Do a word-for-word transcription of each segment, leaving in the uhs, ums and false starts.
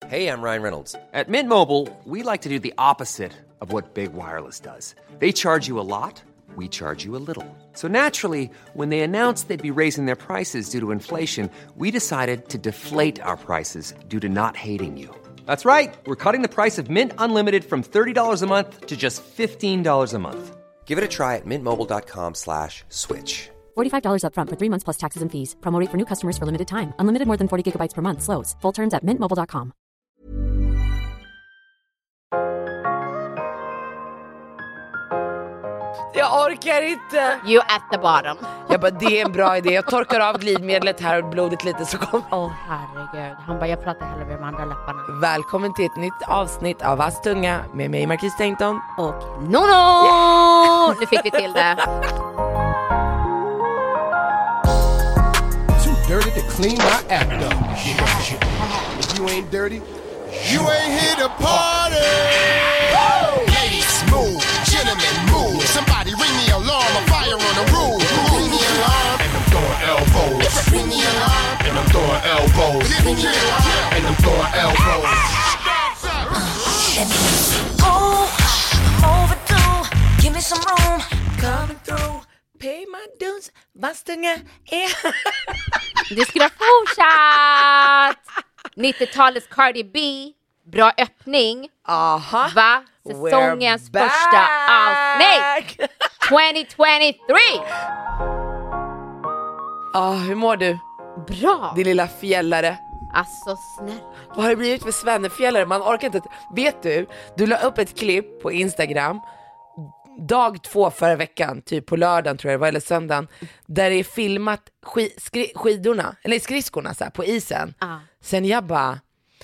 Hey, I'm Ryan Reynolds. At Mint Mobile, we like to do the opposite of what Big Wireless does. They charge you a lot, we charge you a little. So naturally, when they announced they'd be raising their prices due to inflation, we decided to deflate our prices due to not hating you. That's right. We're cutting the price of Mint Unlimited from thirty dollars a month to just fifteen dollars a month. Give it a try at mintmobile.com slash switch. forty-five dollars up front for three months plus taxes and fees. Promo rate for new customers for limited time. Unlimited more than forty gigabytes per month. Slows full terms at mint mobile dot com. Jag orkar inte. You at the bottom. Jag bara, det är en bra idé. Jag torkar av glidmedlet här och blodet lite så kommer. Åh oh, herregud. Han bara, jag pratar hellre med de andra läpparna. Välkommen till ett nytt avsnitt av Vass tunga med mig, Marquis Stenton. Och Nono! Yeah. Nu fick vi till det. Too dirty to clean my act up. If you ain't dirty, you ain't here to party. Ladies, move. Gentlemen, move. Somebody ring the alarm. A fire on the roof. Ring the alarm. And I'm throwing elbows. Ring the alarm. And I'm throwing elbows. Ring the alarm. And I'm throwing elbows. Oh, overdue. Give me some room. Coming through. Pay my dues. Vass tunga är... Det skulle ha fortsatt. nittiotalets Cardi B. Bra öppning. Aha. Va? Säsongens första avsnitt. tjugohundratjugotre. Ah, hur mår du? Bra. Din lilla fjällare. Alltså snälla. Vad har det blivit för svennefjällare? Man orkar inte. Vet du, du la upp ett klipp på Instagram dag två förra veckan, typ på lördagen tror jag det var, eller söndagen, där det är filmat sk- skri- skidorna, eller skridskorna så här, på isen. Ah. Sen jag bara,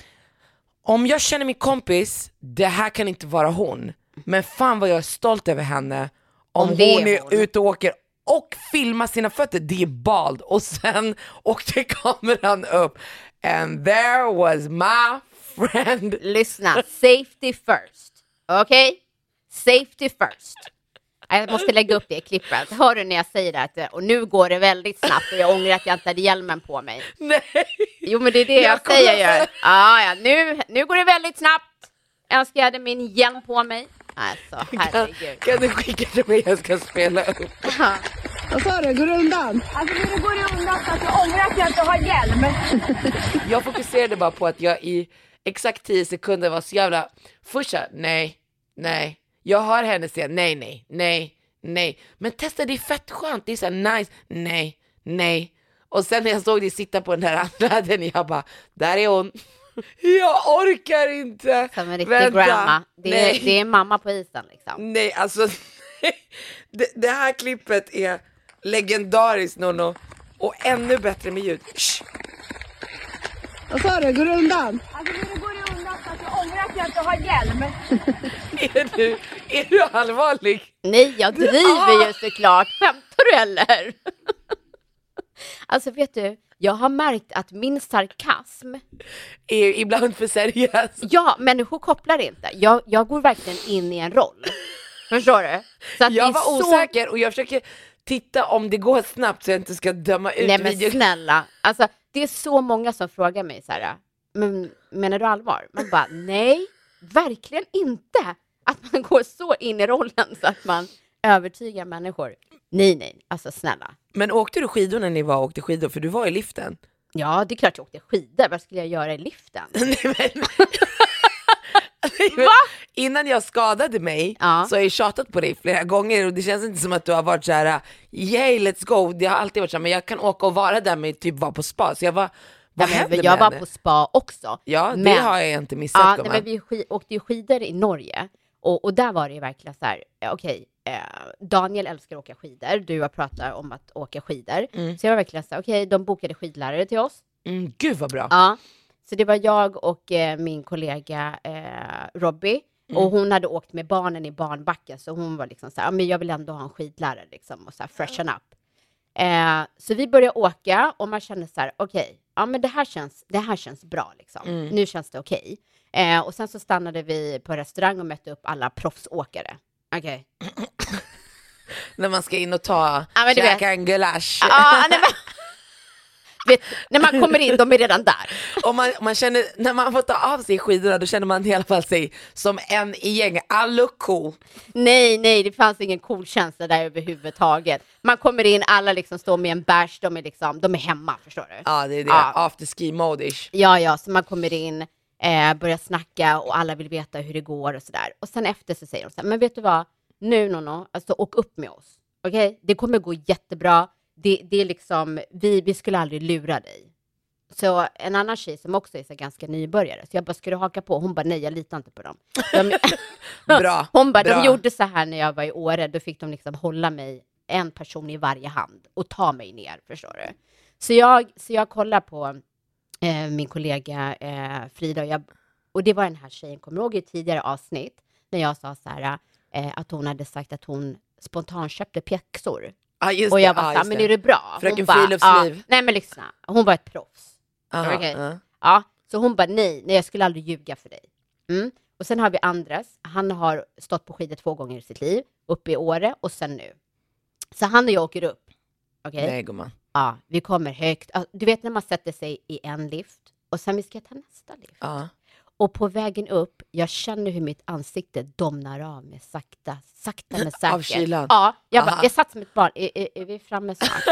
om jag känner min kompis, det här kan inte vara hon. Men fan vad jag är stolt över henne om, om är hon är hon. ute och åker och filmar sina fötter. Det är bald. Och sen åkte kameran upp. And there was my friend. Lyssna, safety first. Okej? Okay? Safety first. Jag måste lägga upp det i klippet. Hör du när jag säger det? Och nu går det väldigt snabbt och jag ångrar att jag inte hade hjälmen på mig. Nej. Jo, men det är det jag, jag säger. Gör. Ah, ja, nu, nu går det väldigt snabbt. Jag önskar jag hade min hjälm på mig. Alltså, herregud. Kan, kan du skicka till mig? Jag ska spela upp. Ja. Vad sa du? Går du undan? Alltså nu går det undan så att jag ångrar att jag inte har hjälm. Jag fokuserade bara på att jag i exakt tio sekunder var så jävla... Först nej, nej. Jag har henne säga nej, nej, nej, nej. Men testa, det är fett skönt. Det är så här nice. Nej, nej. Och sen när jag såg dig sitta på den där andra den, jag bara, där är hon. Jag orkar inte. Som en riktig grandma. Det är, det är mamma på isen liksom. Nej, alltså det, det här klippet är legendariskt, Nono. Och ännu bättre med ljud. Shh. Vad sa du? Går du undan? Alltså nu går det undan så att jag ångrar att jag inte har hjälm. Är du, är du allvarlig? Nej, jag driver ju såklart. Skämtar du eller? Alltså vet du, jag har märkt att min sarkasm är ibland för seriös. Ja, människor kopplar inte. Jag, jag går verkligen in i en roll. Förstår du? Så att jag det var så... osäker och jag försöker titta om det går snabbt så jag inte ska döma ut. Nej men video. snälla, alltså det är så många som frågar mig så här, men menar du allvar? Man bara, nej, verkligen inte. Att man går så in i rollen så att man övertygar människor. Nej, nej, alltså snälla. Men åkte du skidor när ni var och åkte skidor? För du var i liften. Ja, det är klart jag åkte skidor. Vad skulle jag göra i liften? Nej, men... Va? Innan jag skadade mig ja. så har jag tjatat på dig flera gånger och det känns inte som att du har varit så här, yay, let's go. Det har alltid varit så här, men jag kan åka och vara där med typ vara på spa. Så jag var, vad ja, hände Jag med var henne? på spa också. Ja, det men, har jag inte missat. Ja, nej, men vi sk- åkte ju skidor i Norge. Och, och där var det ju verkligen så här, okej, okay, eh, Daniel älskar att åka skidor. Du har pratat om att åka skidor. Mm. Så jag var verkligen så här, okej, okay, de bokade skidlärare till oss. Mm, gud vad bra. Ja, så det var jag och eh, min kollega eh, Robbie. Mm. Och hon hade åkt med barnen i barnbacken. Så hon var liksom så här, men jag vill ändå ha en skidlärare liksom. Och så här, freshen up. Eh, så vi började åka och man kände så här, okej, okay, ja men det här känns, det här känns bra liksom. Mm. Nu känns det okej. Okay. Eh, och sen så stannade vi på restaurang och mötte upp alla proffsåkare. Okej. Okay. När man ska in och ta ja, käka en gulasch. Ja, nej, men... vet, när man kommer in, de är redan där. Och man, man känner, när man får ta av sig skidorna, då känner man i alla fall sig som en i gänget. I look cool. Nej, nej, det fanns ingen cool känsla där överhuvudtaget. Man kommer in, alla liksom står med en bärs, de är liksom, de är hemma, förstår du? Ja, det är det. Ja. After ski modish. Ja, ja, så man kommer in, eh, börjar snacka och alla vill veta hur det går och sådär. Och sen efter så säger de så här, men vet du vad? Nu, Nono, alltså åk upp med oss. Okej? Okay? Det kommer gå jättebra. Det, det är liksom, vi, vi skulle aldrig lura dig. Så en annan tjej som också är så ganska nybörjare. Så jag bara, ska du haka på? Hon bara, nej, jag litar inte på dem. De, Bra. Hon bara, bra. de gjorde så här när jag var i Åre. Då fick de liksom hålla mig, en person i varje hand. Och ta mig ner, förstår du? Så jag, så jag kollar på eh, min kollega eh, Frida. Och, jag, och det var den här tjejen, kommer ihåg i tidigare avsnitt. När jag sa så här, eh, att hon hade sagt att hon spontant köpte pjäxor. Ah, just och jag det. var ah, såhär, men är det bra? Fröken bara, Friluftsliv. Ja, nej men lyssna, hon var ett proffs. Aha, Okay. uh. Ja, så hon bara, nej, nej, jag skulle aldrig ljuga för dig. Mm. Och sen har vi Andres, han har stått på skidor två gånger i sitt liv, uppe i Åre och sen nu. Så han och jag åker upp. Okej? Nej, gumman. Ja, vi kommer högt. Du vet när man sätter sig i en lift och sen vi ska ta nästa lift. Ja. Och på vägen upp, jag känner hur mitt ansikte domnar av med sakta, sakta men säkert. Av kylan? Ja, jag, bara, Aha. jag satt som ett barn. Är, är, är vi framme snart?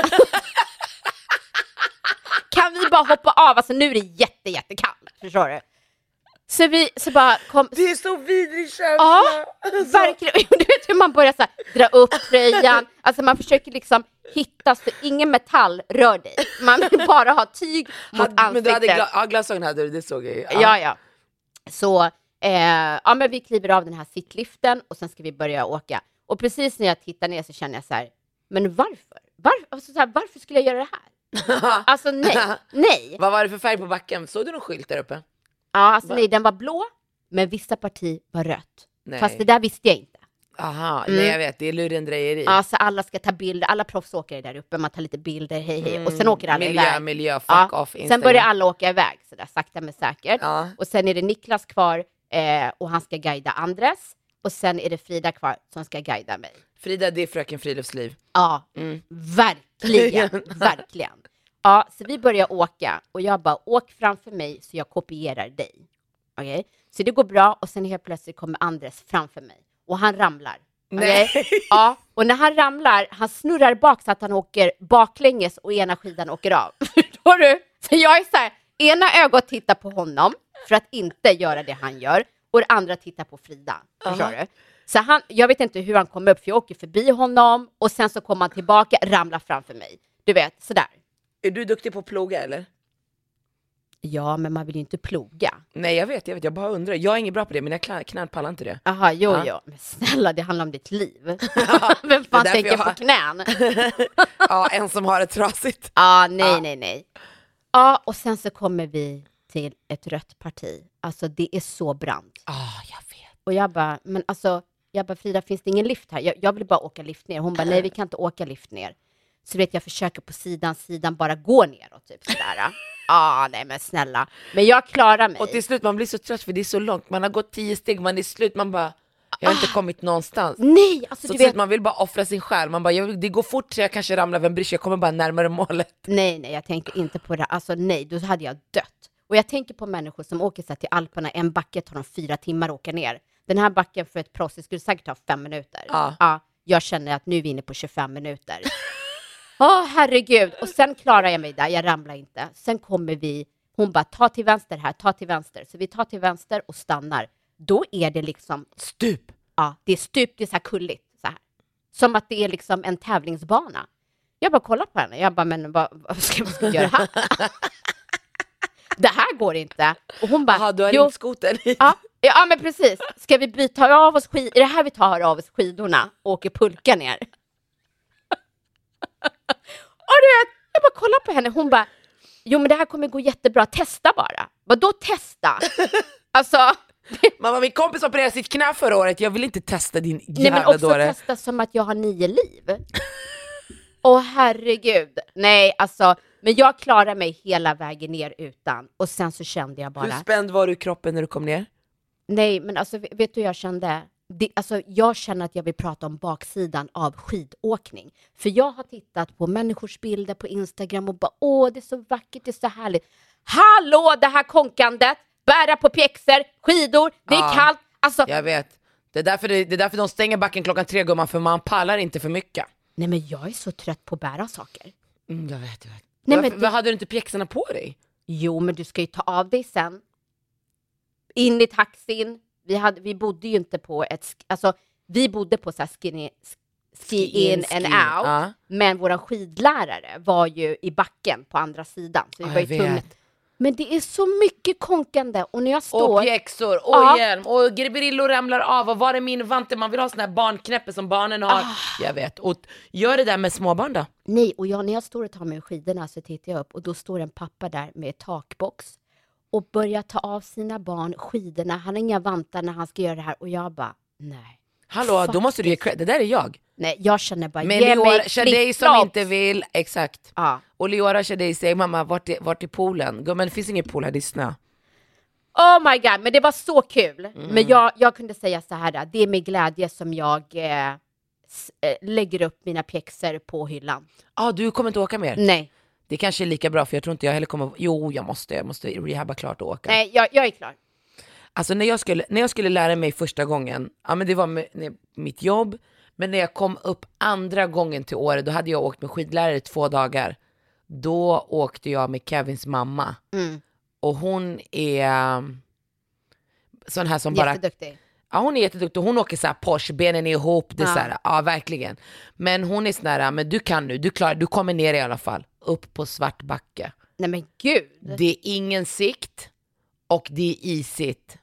Kan vi bara hoppa av? Alltså nu är det jätte, jättekallt, förstår du? Så vi, så bara kom... Det är så vidrig känsla. Ja, verkligen. Du vet hur man börjar så här, dra upp tröjan. Alltså man försöker liksom hitta så ingen metall rör dig. Man vill bara ha tyg mot Hade, ansiktet. men du hade gla- ja, glasögon hade du, det såg jag ju. Ja, ja. Så eh, ja, men vi kliver av den här sittliften och sen ska vi börja åka. Och precis när jag tittar ner så känner jag så här, men varför? Varför, alltså, så här, varför skulle jag göra det här? Alltså nej, nej. Vad var det för färg på backen? Såg du någon skylt där uppe? Ja, alltså Va? nej, den var blå, men vissa parti var rött. Nej. Fast det där visste jag inte. Aha, Mm. nej jag vet, det är lurendrejeri. Alltså alla ska ta bilder, alla proffsåkare där uppe, man tar lite bilder, hej hej. Och sen Mm, åker alla miljö, iväg. miljö, fuck Ja. off, Sen Instagram. börjar alla åka iväg, sådär sakta men säkert. Ja. Och sen är det Niklas kvar eh, och han ska guida Andres. Och sen är det Frida kvar som ska guida mig. Frida, det är fröken Friluftsliv. Ja, Mm. verkligen, verkligen. Ja, så vi börjar åka och jag bara, åk framför mig så jag kopierar dig. Okej? Okay? Så det går bra och sen helt plötsligt kommer Andres framför mig och han ramlar. Nej. Okay? Ja, och när han ramlar, han snurrar bak så att han åker baklänges och ena skidan åker av. Förstår du? Så jag är så här, ena ögat tittar på honom för att inte göra det han gör och det andra tittar på Frida. Förstår Aha. du? Så han, jag vet inte hur han kom upp för jag åker förbi honom och sen så kommer han tillbaka, ramlar framför mig. Du vet, sådär. Är du duktig på att ploga eller? Ja, men man vill ju inte ploga. Nej jag vet, jag vet, jag bara undrar. Jag är ingen bra på det, mina knä, knän pallar inte det. Jaha, jo, Ja. jo. Men snälla, det handlar om ditt liv. Vem fan Det är därför tänker jag på har- knän? Ja, en som har det trasigt. Ja, nej, Ja. nej, nej. Ja, och sen så kommer vi till ett rött parti. Alltså, det är så brant. Ja, ah, jag vet. Och jag bara, men alltså, jag bara, Frida, finns det ingen lift här? Jag, jag vill bara åka lift ner. Hon bara, nej, vi kan inte åka lift ner. Så vet jag försöker på sidan, sidan bara gå neråt, typ sådär. Ja, ah, nej men snälla. Men jag klarar mig. Och till slut, man blir så trött för det är så långt. Man har gått tio steg, man är slut, man bara, jag har inte kommit någonstans. Nej, alltså Så du till vet. slut, man vill bara offra sin själ. Man bara, jag, det går fort så jag kanske ramlar, vem bryr sig? Jag kommer bara närmare målet. Nej, nej, jag tänker inte på det. Alltså nej, då hade jag dött. Och jag tänker på människor som åker så här till Alperna. En backe tar de fyra timmar att åka ner. Den här backen för ett proffs skulle säkert ta fem minuter. Ja. Ja, jag känner att nu är vi inne på tjugofem minuter. Åh, herregud. Och sen klarar jag mig där, jag ramlar inte. Sen kommer vi, hon bara, ta till vänster här, ta till vänster. Så vi tar till vänster och stannar. Då är det liksom, Stup. ja, det är stup, det är så här kulligt. Så här. Som att det är liksom en tävlingsbana. Jag bara kollar på henne, jag bara, men vad, vad ska vi göra här? Det här går inte. Och hon bara, Jaha, du har jo, ringt skotern hit. ja, ja, men precis. Ska vi byta av oss skid? Är det här vi tar av oss skidorna och åker pulka ner? Och du vet, jag bara kollar på henne. Hon bara, jo men det här kommer gå jättebra. Testa bara. Vadå testa? Alltså, Mamma, min kompis opererade sitt knä förra året. Jag vill inte testa din nej jävla men också dåre. testa som att jag har nio liv. Åh herregud. Nej, alltså, men jag klarar mig hela vägen ner utan. Och sen så kände jag bara, Hur spänd var du i kroppen när du kom ner? nej men alltså vet du hur jag kände? det, alltså, jag känner att jag vill prata om baksidan av skidåkning. För jag har tittat på människors bilder på Instagram och bara, åh, det är så vackert, det är så härligt. Hallå, det här konkandet, bära på pjäxor, skidor, det är Ja. kallt. Alltså, Jag vet. Det är, därför det, det är därför de stänger backen klockan tre, gumman, för man pallar inte för mycket. nej men jag är så trött på att bära saker. Mm, jag vet, jag vet. Nej, Varför, men det- vad hade du inte pjäxorna på dig? Jo, men du ska ju ta av dig sen. In i taxin. Vi, hade, vi bodde ju inte på ett... sk- Alltså, vi bodde på så här skinny, ski in ski, and out. ja. Men våra skidlärare var ju i backen på andra sidan. Så vi Ja, var jag ju tvungna. vet. Men det är så mycket konkande. Och när jag Och står... pjäxor, och Ja. hjälm, och gribberillo ramlar av. Och var är min vante? Man vill ha sån här barnknäppe som barnen har. Ah. Jag vet. Och gör det där med småbarn då. Nej, och jag, när jag står och tar mig skidorna så tittar jag upp. Och då står en pappa där med takbox. Och börjar ta av sina barn skidorna. Han har inga vantar när han ska göra det här. Och jag bara, nej. Hallå, då måste du ge cred. Det där är jag. Nej, jag känner bara, Men ge Leora, mig Shadej som flip-flops. inte vill, exakt. Ja. Och Leora Shadej säger, mamma, vart är, vart är poolen? Gumman, det finns ingen pool här, det är snö. Oh my god, men det var så kul. Mm. Men jag, jag kunde säga så här, det är med glädje som jag eh, s- eh, lägger upp mina pjäxor på hyllan. Ja, ah, du kommer inte åka mer? Nej, Det kanske är lika bra, för jag tror inte jag heller kommer... Jo, jag måste, jag måste rehabba klart och åka. nej jag, jag är klar. Alltså när jag, skulle, när jag skulle lära mig första gången, ja men det var med, med mitt jobb, men när jag kom upp andra gången till året, då hade jag åkt med skidlärare i två dagar. Då åkte jag med Kevins mamma. Mm. Och hon är um, sån här som bara... Jätteduktig. Ja, hon är jätteduktig. Hon åker så här Porsche, benen är ihop, det är Ja. så här, ja verkligen. Men hon är sån här, men du kan nu, du klarar, du kommer ner i alla fall. Upp på svart backe. Nej men gud. Det är ingen sikt och det är isigt.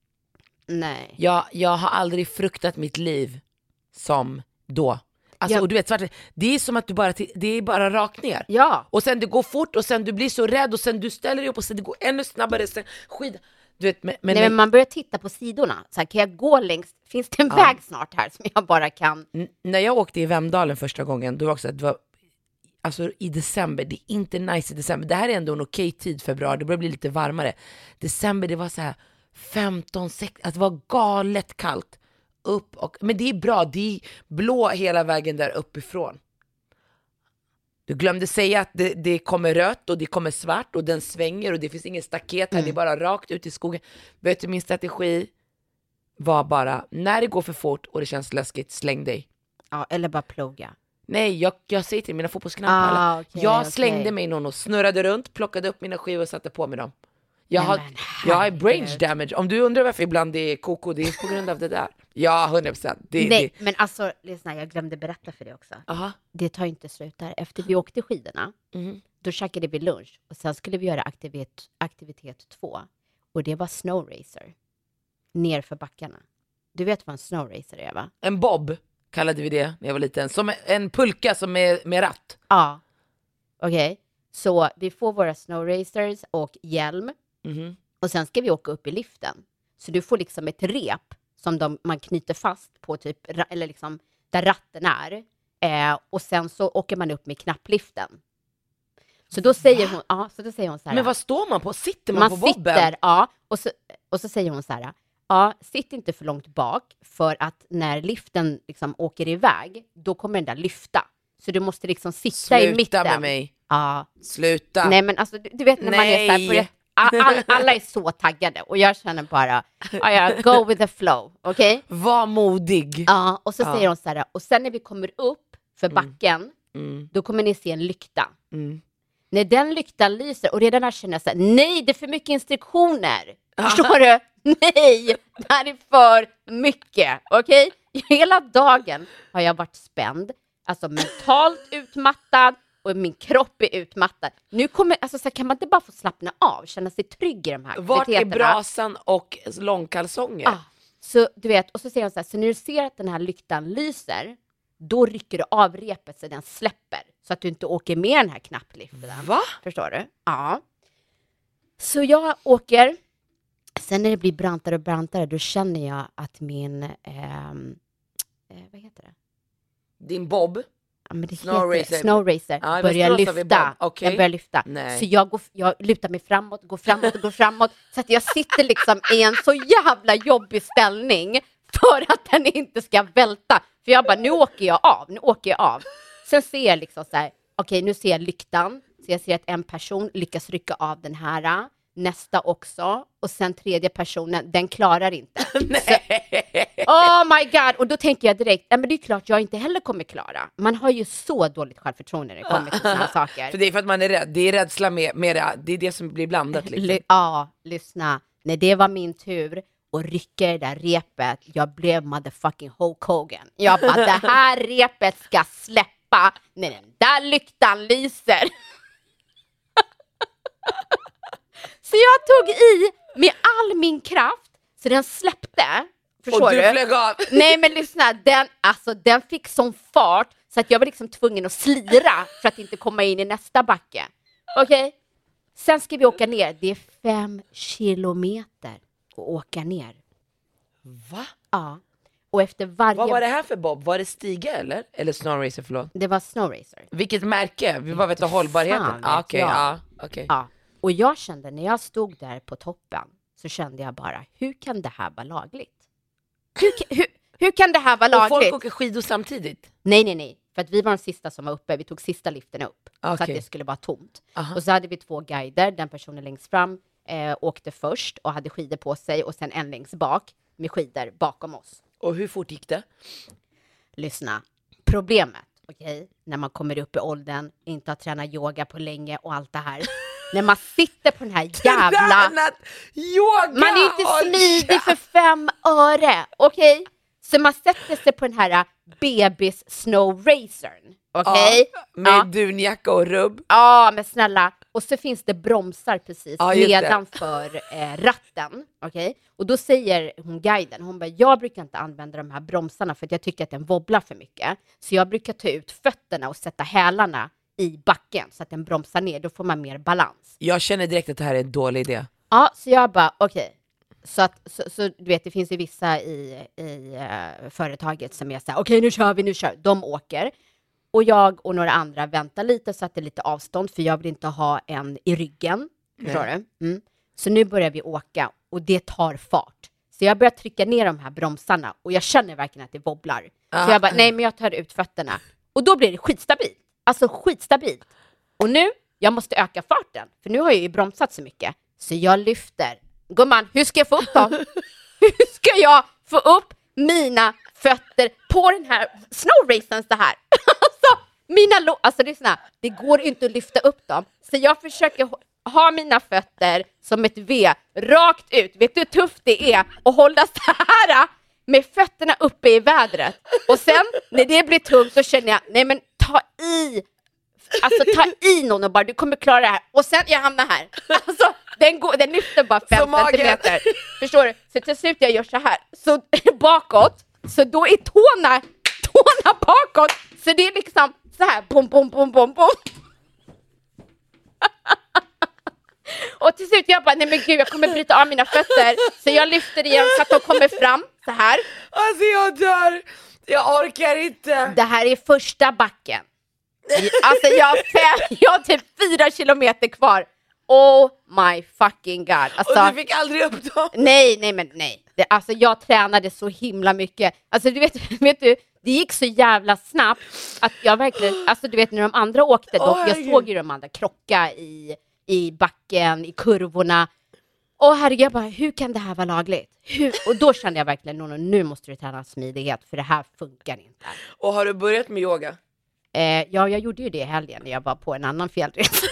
Nej. Jag, jag har aldrig fruktat mitt liv som då. Alltså, Ja. och du vet, svart, det är som att du bara, det är bara rakt ner. Ja. Och sen det går fort och sen du blir så rädd och sen du ställer dig upp och sen det går ännu snabbare. Sen skid, du vet, men, men, Nej men man börjar titta på sidorna. Så här, kan jag gå längst? Finns det en Ja. väg snart här som jag bara kan? N- när jag åkte i Vemdalen första gången, då var också att det var alltså i december, det är inte nice i december. Det här är ändå en okej tid, februari, det börjar bli lite varmare. December, det var så här femton, sexton, att det var galet kallt. Upp och, men det är bra, det är blå hela vägen där uppifrån. Du glömde säga att det, det kommer rött och det kommer svart och den svänger och det finns ingen staket här, det är bara rakt ut i skogen. Vet du, min strategi var bara, när det går för fort och det känns läskigt, släng dig. Ja, eller bara ploga. Nej, jag, jag säger till mina fotbollsknappar Ah, alla. okej, Jag okej. slängde mig någon och snurrade runt, plockade upp mina skivor och satte på mig dem. Jag Nej, har, men jag har brain herregud. damage. Om du undrar varför ibland det är koko, det är på grund av det där. Ja, hundra procent. Det, Nej, det. men alltså, lyssna, jag glömde berätta för dig också. Aha. Det tar inte slut där. Efter vi åkte skidorna, Mhm. då käkade vi lunch. Och sen skulle vi göra aktivitet, aktivitet två. Och det var snow racer. Ner för backarna. Du vet vad en snow racer är, va? En bob kallade vi det när jag var liten. Som en pulka som är med ratt. Ja. Okej. Så vi får våra snow racers och hjälm. Mhm. Och sen ska vi åka upp i liften. Så du får liksom ett rep som de, man knyter fast på typ, ra- eller liksom där ratten är. Eh, och sen så åker man upp med knappliften. Så då säger hon, ja, så då säger hon så här. Men vad står man på? Sitter man, man på bobben? sitter, ja. Och så, och så säger hon så här. Ja, sitt inte för långt bak. För att när liften liksom åker iväg, då kommer den där lyfta. Så du måste liksom sitta i mitten. Sluta med mig. Ja. Sluta. Nej men alltså du, du vet när man är så här på Nej. det, all, all, alla är så taggade och jag känner bara ja, ja, go with the flow, okej? Var modig. Ja, och så Ja. säger hon så här, och sen när vi kommer upp för backen, Mm. då kommer ni se en lykta. Mm. När den lyktan lyser, och redan här känner jag så här, nej det är för mycket instruktioner. Förstår du? Nej, det här är för mycket, okej? Hela dagen har jag varit spänd, alltså mentalt utmattad och min kropp är utmattad. Nu kommer, alltså så här, kan man inte bara få slappna av, känna sig trygg i de här Vart är aktiviteterna? brasan och långkalsonger? Ah, så du vet, och så säger hon så här, så när du ser att den här lyktan lyser, då rycker du av repet så den släpper. Så att du inte åker med den här knappliften. Va? Förstår du? Ja. Så jag åker. Sen när det blir brantare och brantare, då känner jag att min, ehm, eh, vad heter det? Din bob? Ja, men det Snow heter, racer. Snow racer Ja, i börjar Västerås har vi lyfta. bob. Okej. Den börjar lyfta. Nej. Så jag, går, jag lutar mig framåt, går framåt och går framåt. Så att jag sitter liksom i en så jävla jobbig ställning. för att den inte ska välta. För jag bara, nu åker jag av, nu åker jag av. Sen ser jag liksom så här, okej okay, nu ser jag lyktan. Så jag ser att en person lyckas rycka av den här. Nästa också. Och sen tredje personen, den klarar inte. Nej. Så, oh my god. Och då tänker jag direkt, ja men det är klart jag inte heller kommer klara. Man har ju så dåligt självförtroende när det kommer till sådana saker. För det är för att man är rädd. Det är rädsla med, med det. Det är det som blir blandat liksom. L- ja, lyssna. När det var min tur och rycka det där repet, jag blev motherfucking Hulk Hogan. Jag bara, det här repet ska släppa när den där lyktan lyser. Så jag tog i med all min kraft så den släppte. Förstår och du, du? flög av. Nej men lyssna, den, alltså, den fick sån fart så att jag var liksom tvungen att slira för att inte komma in i nästa backe. Okej? Okay? Sen ska vi åka ner. Det är fem kilometer att åka ner. Va? Ja. Och efter varje... Vad var det här för bob? Var det stiga eller? Eller snowracer, förlåt. Det var snowracer. Vilket märke? Vi bara vet hållbarheten. Fan, Ah, vet okej, jag. ja, okej. Ja. Och jag kände, när jag stod där på toppen så kände jag bara, hur kan det här vara lagligt? Hur, hur, hur kan det här vara Och lagligt? folk åker skidor samtidigt? Nej, nej, nej. För att vi var de sista som var uppe. Vi tog sista liften upp. Okay. Så att det skulle vara tomt. Aha. Och så hade vi två guider. Den personen längst fram eh, åkte först och hade skidor på sig. Och sen en längst bak med skidor bakom oss. Och hur fort gick det? Lyssna. Problemet, okej, okay, när man kommer upp i åldern, inte har tränat yoga på länge och allt det här. När man sitter på den här jävla... Yoga! Man är inte smidig för fem öre, okej? Okay? Så man sätter sig på den här bebis snow racern, okej? Okay? Ja, med ja. dunjacka och rubb. Ja, men snälla. Och så finns det bromsar precis ja, nedanför eh, ratten, okej? Okay? Och då säger hon guiden, hon bara, jag brukar inte använda de här bromsarna för att jag tycker att den wobblar för mycket. Så jag brukar ta ut fötterna och sätta hälarna i backen så att den bromsar ner, då får man mer balans. Jag känner direkt att det här är en dålig idé. Ja, så jag bara, okej. Okay. Så, att, så, så du vet, det finns ju vissa i, i uh, företaget som är så här, okej okay, nu kör vi, nu kör vi. De åker. Och jag och några andra väntar lite så att det är lite avstånd, för jag vill inte ha en i ryggen. Förstår du? Mm. Så nu börjar vi åka och det tar fart. Så jag börjar trycka ner de här bromsarna och jag känner verkligen att det wobblar. Ah. Så jag bara, nej men jag tar ut fötterna. Och då blir det skitstabilt. Alltså skitstabilt. Och nu, jag måste öka farten. För nu har jag ju bromsat så mycket. Så jag lyfter. Gumman, hur ska jag få upp dem? Hur ska jag få upp mina fötter på den här snowracen så här? Alltså, mina lo- alltså det är såna, det går inte att lyfta upp dem. Så jag försöker ha mina fötter som ett V rakt ut. Vet du hur tufft det är att hålla så här med fötterna uppe i vädret? Och sen när det blir tungt så känner jag, nej men ta i. Alltså ta i någon och bara, du kommer klara det här. Och sen jag hamnar här. Alltså den, går, den lyfter bara fem centimeter. Förstår du? Så till slut jag gör så här. Så bakåt. Så då är tårna, tårna bakåt. Så det är liksom så här. Bom, bom, bom, bom, bom. Och till slut jag bara, nej men gud, jag kommer bryta av mina fötter. Så jag lyfter igen så att de kommer fram. Så här. Alltså jag dör. Jag orkar inte. Det här är första backen. Alltså jag har, fem, jag har typ fyra kilometer kvar. Oh my fucking god. Alltså, och du fick aldrig upp dem? Nej, nej men nej. Det, alltså jag tränade så himla mycket. Alltså du vet, vet du, det gick så jävla snabbt att jag verkligen, alltså du vet när de andra åkte, då, oh, jag såg ju de andra krocka i, i backen, i kurvorna. Och herregud, jag bara, hur kan det här vara lagligt? Hur? Och då kände jag verkligen, no, no, nu måste du träna smidighet för det här funkar inte. Och har du börjat med yoga? Eh, ja, jag gjorde ju det i helgen när jag var på en annan fjällresa.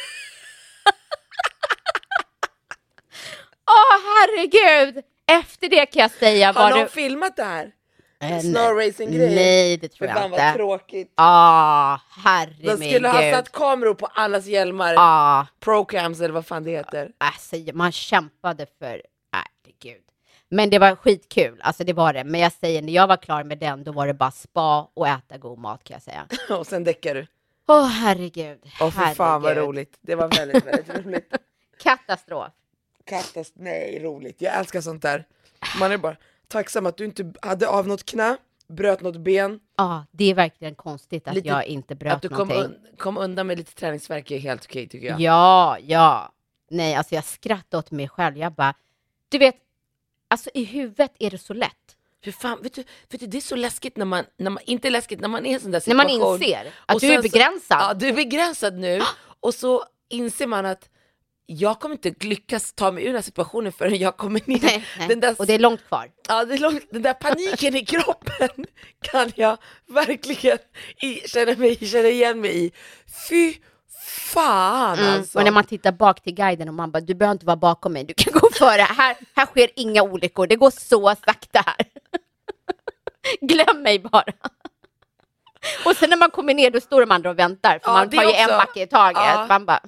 Åh, oh, herregud! Efter det kan jag säga... Har var någon du... filmat det här? Eh, Snowracing-grejer? Nej, det tror För jag fan inte. vad tråkigt. Ah, oh, herregud. De skulle ha satt kameror på allas hjälmar. Ah. Procams eller vad fan det heter. Alltså, man kämpade för... Herregud. Men det var skitkul, alltså det var det. Men jag säger, när jag var klar med den, då var det bara spa och äta god mat kan jag säga. Och sen däckar du. Åh, oh, herregud. Åh, för fan vad roligt. Det var väldigt, väldigt roligt. Katastrof. Katastrof, nej, roligt. Jag älskar sånt där. Man är bara tacksam att du inte hade av något knä, bröt något ben. Ja, ah, det är verkligen konstigt att lite, jag inte bröt att du kom, någonting. un, kom undan med lite träningsvärk är helt okej tycker jag. Ja, ja. Nej, alltså jag skrattade åt mig själv. Jag bara, du vet, alltså i huvudet är det så lätt. För fan, vet du, vet du, det är så läskigt när man, när man inte läskigt när man är i en sån där När situation. man inser att Och du är sen så- begränsad. Ja, du är begränsad nu. Och så inser man att jag kommer inte lyckas ta mig ur den här situationen förrän jag kommer ner. Nej, nej. Den där, Och det är långt kvar. ja, det är långt, den där paniken i kroppen kan jag verkligen i, känna, mig, känna igen mig i. Fy fan Mm. alltså. Och när man tittar bak till guiden och man bara, du behöver inte vara bakom mig, du kan gå före. Här, här sker inga olyckor, det går så sakta här. Glöm mig bara. Och sen när man kommer ner, då står de andra och väntar. För Ja, man det tar ju också. en backe i taget. Ja. Man bara...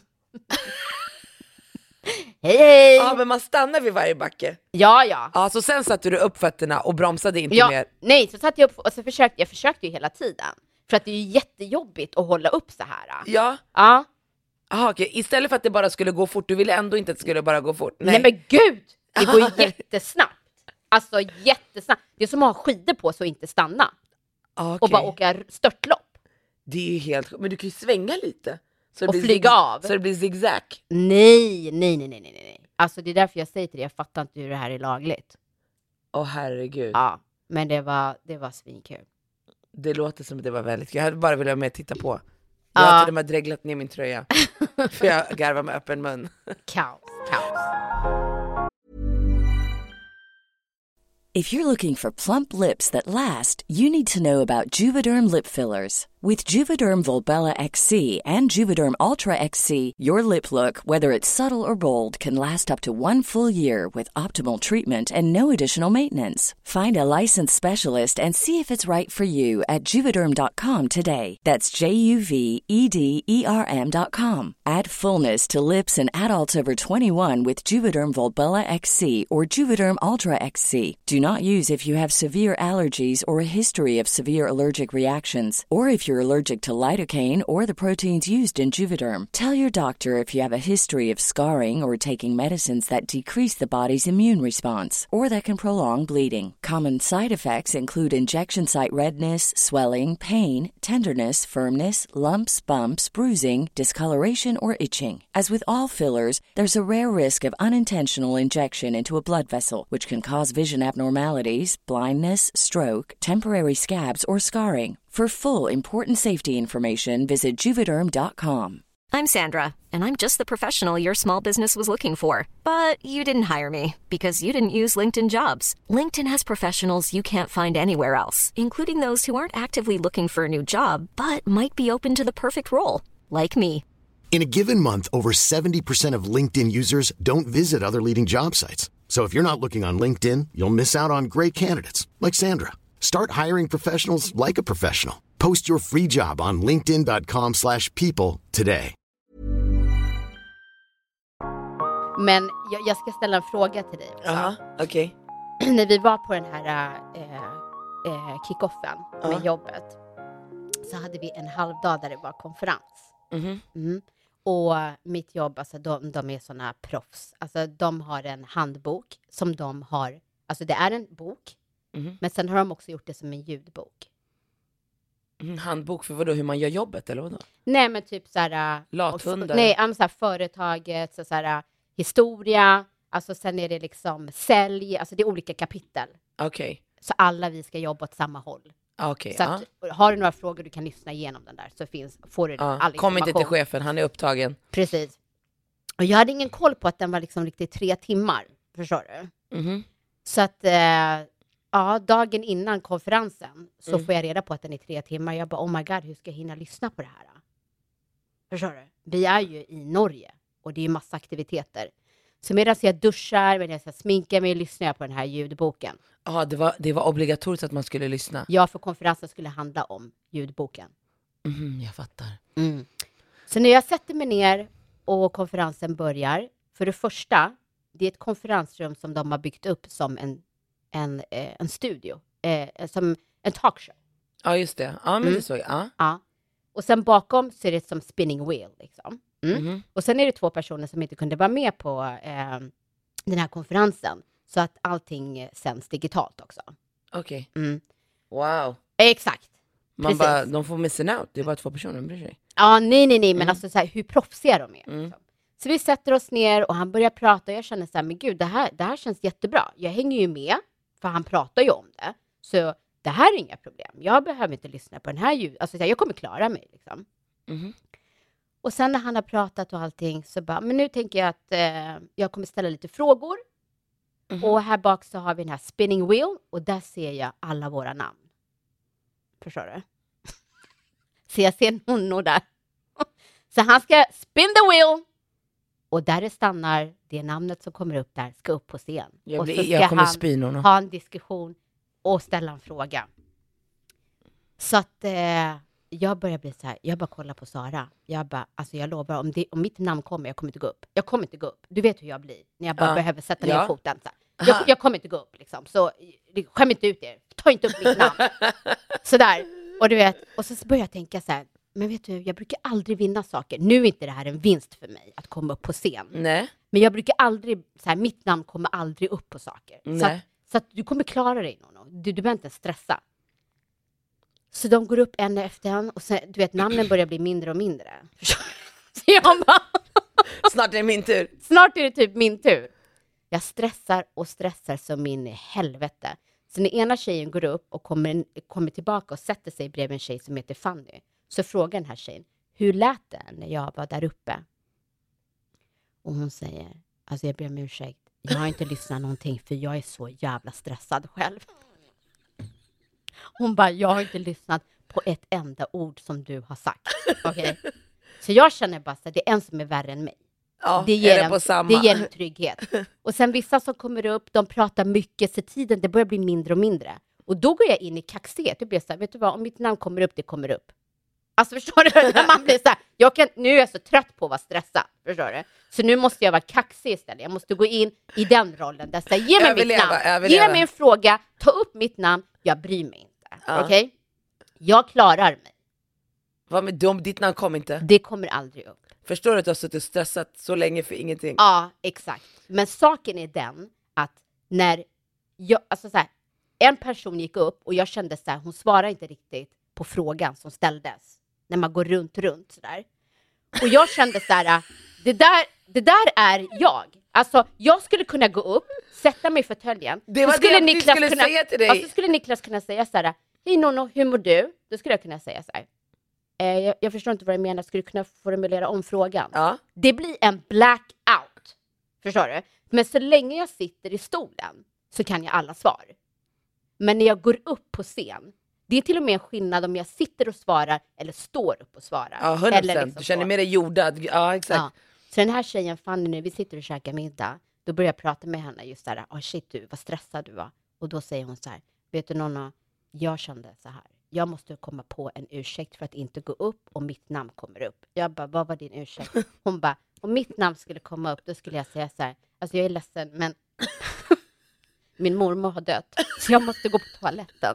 hej, hej! Ja, men man stannar vid varje backe. Ja, ja. Ja, så sen satte du upp fötterna och bromsade inte ja mer. nej, så satt jag upp och så försökte jag försökte ju hela tiden. För att det är ju jättejobbigt att hålla upp så här. Ja, Ja. aha, okej. Istället för att det bara skulle gå fort, du ville ändå inte att det skulle bara gå fort. Nej, men gud! Det går ju jättesnabbt. Alltså jättesnabbt. Det är som att ha skidor på sig och inte stanna. Ah, okej. Och bara åka störtlopp. Det är ju helt... Men du kan ju svänga lite. Så det Och blir flyga zig- av. Så det blir zigzag. Nej, nej, nej, nej, nej, nej. Alltså det är därför jag säger till dig, jag fattar inte hur det här är lagligt. Åh herregud. Ja, men det var, det var svinkul. Det låter som att det var väldigt kul. Jag hade bara velat vara med och titta på. Jag Ja. har till och med dreglat ner min tröja. För jag garvar med öppen mun. Kaos, kaos. If you're looking for plump lips that last, you need to know about Juvederm lip fillers. With Juvederm Volbella X C and Juvederm Ultra X C, your lip look, whether it's subtle or bold, can last up to one full year with optimal treatment and no additional maintenance. Find a licensed specialist and see if it's right for you at juvederm dot com today. That's J U V E D E R M dot com. Add fullness to lips in adults over twenty-one with Juvederm Volbella X C or Juvederm Ultra X C. Do not use if you have severe allergies or a history of severe allergic reactions, or if you're allergic to lidocaine or the proteins used in Juvederm. Tell your doctor if you have a history of scarring or taking medicines that decrease the body's immune response or that can prolong bleeding. Common side effects include injection site redness, swelling, pain, tenderness, firmness, lumps, bumps, bruising, discoloration, or itching. As with all fillers, there's a rare risk of unintentional injection into a blood vessel, which can cause vision abnormalities, blindness, stroke, temporary scabs, or scarring. For full, important safety information, visit Juvederm dot com. I'm Sandra, and I'm just the professional your small business was looking for. But you didn't hire me because you didn't use LinkedIn Jobs. LinkedIn has professionals you can't find anywhere else, including those who aren't actively looking for a new job, but might be open to the perfect role, like me. In a given month, over seventy percent of LinkedIn users don't visit other leading job sites. So if you're not looking on LinkedIn, you'll miss out on great candidates like Sandra. Start hiring professionals like a professional. Post your free job on linkedin dot com slash people today. Men jag, jag ska ställa en fråga till dig också. Jaha, okej. När vi var på den här äh, äh, kick-offen med Ja. jobbet, så hade vi en halvdag där det var konferens. Mhm. Mm. Och mitt jobb, alltså de, de är såna proffs. Alltså de har en handbok som de har, alltså det är en bok, Mhm. men sen har de också gjort det som en ljudbok. Mm, handbok för vadå, hur man gör jobbet eller vadå? Nej, men typ såhär... Lathundar? Nej, um, såhär, företaget, så såhär, historia, alltså sen är det liksom sälj, alltså det är olika kapitel. Okej, Så alla vi ska jobba åt samma håll. okej. Så ja. att, har du några frågor du kan lyssna igenom den där, så finns, får du Ja. all Kom inte till information. chefen, han är upptagen. Precis. Och jag hade ingen koll på att den var liksom riktigt tre timmar, förstår du? Mhm. Så att, eh, ja, dagen innan konferensen så Mm. får jag reda på att den är tre timmar. Jag bara, oh my god, hur ska jag hinna lyssna på det här? Förstår du? Vi är ju i Norge och det är ju massa aktiviteter. Så medan jag duschar, medan jag sminkar mig, lyssnar jag på den här ljudboken. Ja, det var, det var obligatoriskt att man skulle lyssna. Ja, för konferensen skulle handla om ljudboken. Mhm, jag fattar. Mm. Så när jag sätter mig ner och konferensen börjar, för det första, det är ett konferensrum som de har byggt upp som en, en, eh, en studio, eh, som en talkshow. Ja, just det. Ja, men Mm. det såg jag. Ja. Ja. Och sen bakom så är det som spinning wheel liksom. Mm. Mhm. Och sen är det två personer som inte kunde vara med på eh, den här konferensen. Så att allting eh, sänds digitalt också. Okej. Mm. Wow. Exakt. Man Precis. bara, de får missing out. Det är bara två personer, de bryr sig. Ja, nej, nej, nej. Men Mm. alltså så här, hur proffsiga de är. Mm. Liksom. Så vi sätter oss ner och han börjar prata och jag känner så här, men gud, det här, det här känns jättebra. Jag hänger ju med, för han pratar ju om det. Så det här är inga problem. Jag behöver inte lyssna på den här ljud. Alltså jag kommer klara mig liksom. Mm. Och sen när han har pratat och allting så bara, men nu tänker jag att eh, jag kommer ställa lite frågor. Mm. Och här bak så har vi den här spinning wheel och där ser jag alla våra namn. Förstår du? Så jag ser nonnor där. Så han ska spin the wheel. Och där det stannar, det namnet som kommer upp där ska upp på scen. Jag, och blir, så ska jag kommer han spy ha en diskussion och ställa en fråga. Så att eh, jag börjar bli så här, jag bara kollar på Sara. Jag bara, alltså jag lovar, om, det, om mitt namn kommer, jag kommer inte gå upp. Jag kommer inte gå upp. Du vet hur jag blir när jag bara ja. behöver sätta ja. ner foten. Så jag, jag kommer inte gå upp liksom. Så skäm inte ut er. Ta inte upp mitt namn. Sådär. Och du vet, och så börjar jag tänka så här, men vet du, jag brukar aldrig vinna saker. Nu är inte det här en vinst för mig att komma upp på scen. Nej. Men jag brukar aldrig, så här, mitt namn kommer aldrig upp på saker. Nej. Så att, så att du kommer klara dig någon. Du, du behöver inte stressa. Så de går upp en efter en och sen, du vet, namnen börjar bli mindre och mindre. Så jag bara, snart är det min tur. Snart är det typ min tur. Jag stressar och stressar som min i helvete. Så när ena tjejen går upp och kommer, kommer tillbaka och sätter sig bredvid en tjej som heter Fanny. Så frågar den här tjejen, hur lät det när jag var där uppe? Och hon säger, alltså jag ber om ursäkt. Jag har inte lyssnat någonting för jag är så jävla stressad själv. Hon bara, jag har inte lyssnat på ett enda ord som du har sagt. Okay? Så jag känner bara att det är en som är värre än mig. Ja, det, ger är det, en, på samma? det ger en trygghet. Och sen vissa som kommer upp, de pratar mycket, så tiden det börjar bli mindre och mindre. Och då går jag in i kaxighet. Det blir så här, vet du vad, om mitt namn kommer upp, det kommer upp. Alltså förstår du, när man blir så här, jag kan, nu är jag så trött på att vara stressad, förstår du? Så nu måste jag vara kaxig istället. Jag måste gå in i den rollen där så här, ge mig överleva, mitt namn, överleva. ge mig en fråga, ta upp mitt namn, jag bryr mig inte. Ja. Okej? Okay? Jag klarar mig. Vad med dem, ditt namn kom inte? Det kommer aldrig upp. Förstår du att du har suttit och stressat så länge för ingenting? Ja, exakt. Men saken är den att när jag, alltså så här, en person gick upp och jag kände så här, hon svarade inte riktigt på frågan som ställdes. När man går runt, runt sådär. Och jag kände så här, det där, det där är jag. Alltså, jag skulle kunna gå upp, sätta mig i fåtöljen. Det var skulle det Niklas skulle kunna, säga till dig. alltså, skulle Niklas kunna säga så här, hej Nono, hur mår du? Då skulle jag kunna säga så här. Eh, jag, jag förstår inte vad du menar, skulle du kunna formulera om frågan? Ja. Det blir en blackout. Förstår du? Men så länge jag sitter i stolen så kan jag alla svar. Men när jag går upp på scen, det är till och med en skillnad om jag sitter och svarar eller står upp och svarar. Ja, hundra procent. Eller liksom du känner så. mer dig jordad. Ja, exakt. Ja. Så den här tjejen Fanny nu, vi sitter och käkar middag. Då börjar jag prata med henne just där. Åh oh, shit du, vad stressad du var. Och då säger hon så här, vet du Nonna, jag kände så här. Jag måste komma på en ursäkt för att inte gå upp och mitt namn kommer upp. Jag bara, vad var din ursäkt? Hon bara, om mitt namn skulle komma upp, då skulle jag säga så här. Alltså jag är ledsen, men min mormor har dött. Så jag måste gå på toaletten.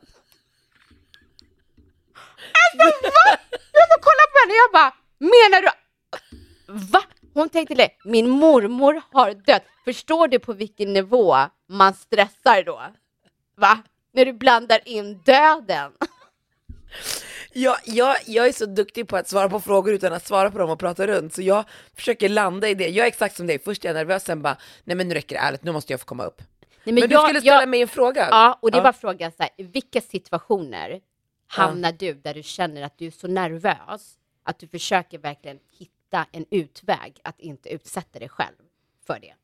Alltså va? Jag får kolla på henne och jag bara, menar du? Va? Hon tänkte det, min mormor har dött. Förstår du på vilken nivå man stressar då? Va? När du blandar in döden. Jag, jag, jag är så duktig på att svara på frågor utan att svara på dem och prata runt. Så jag försöker landa i det. Jag är exakt som dig. Först är jag nervös, sen bara, nej men nu räcker det ärligt, nu måste jag få komma upp. Nej, men, men jag, du skulle ställa jag, mig en fråga. Ja, och det ja. var frågan så här, i vilka situationer hamnar ja. du där du känner att du är så nervös att du försöker verkligen hitta en utväg att inte utsätta dig själv för det?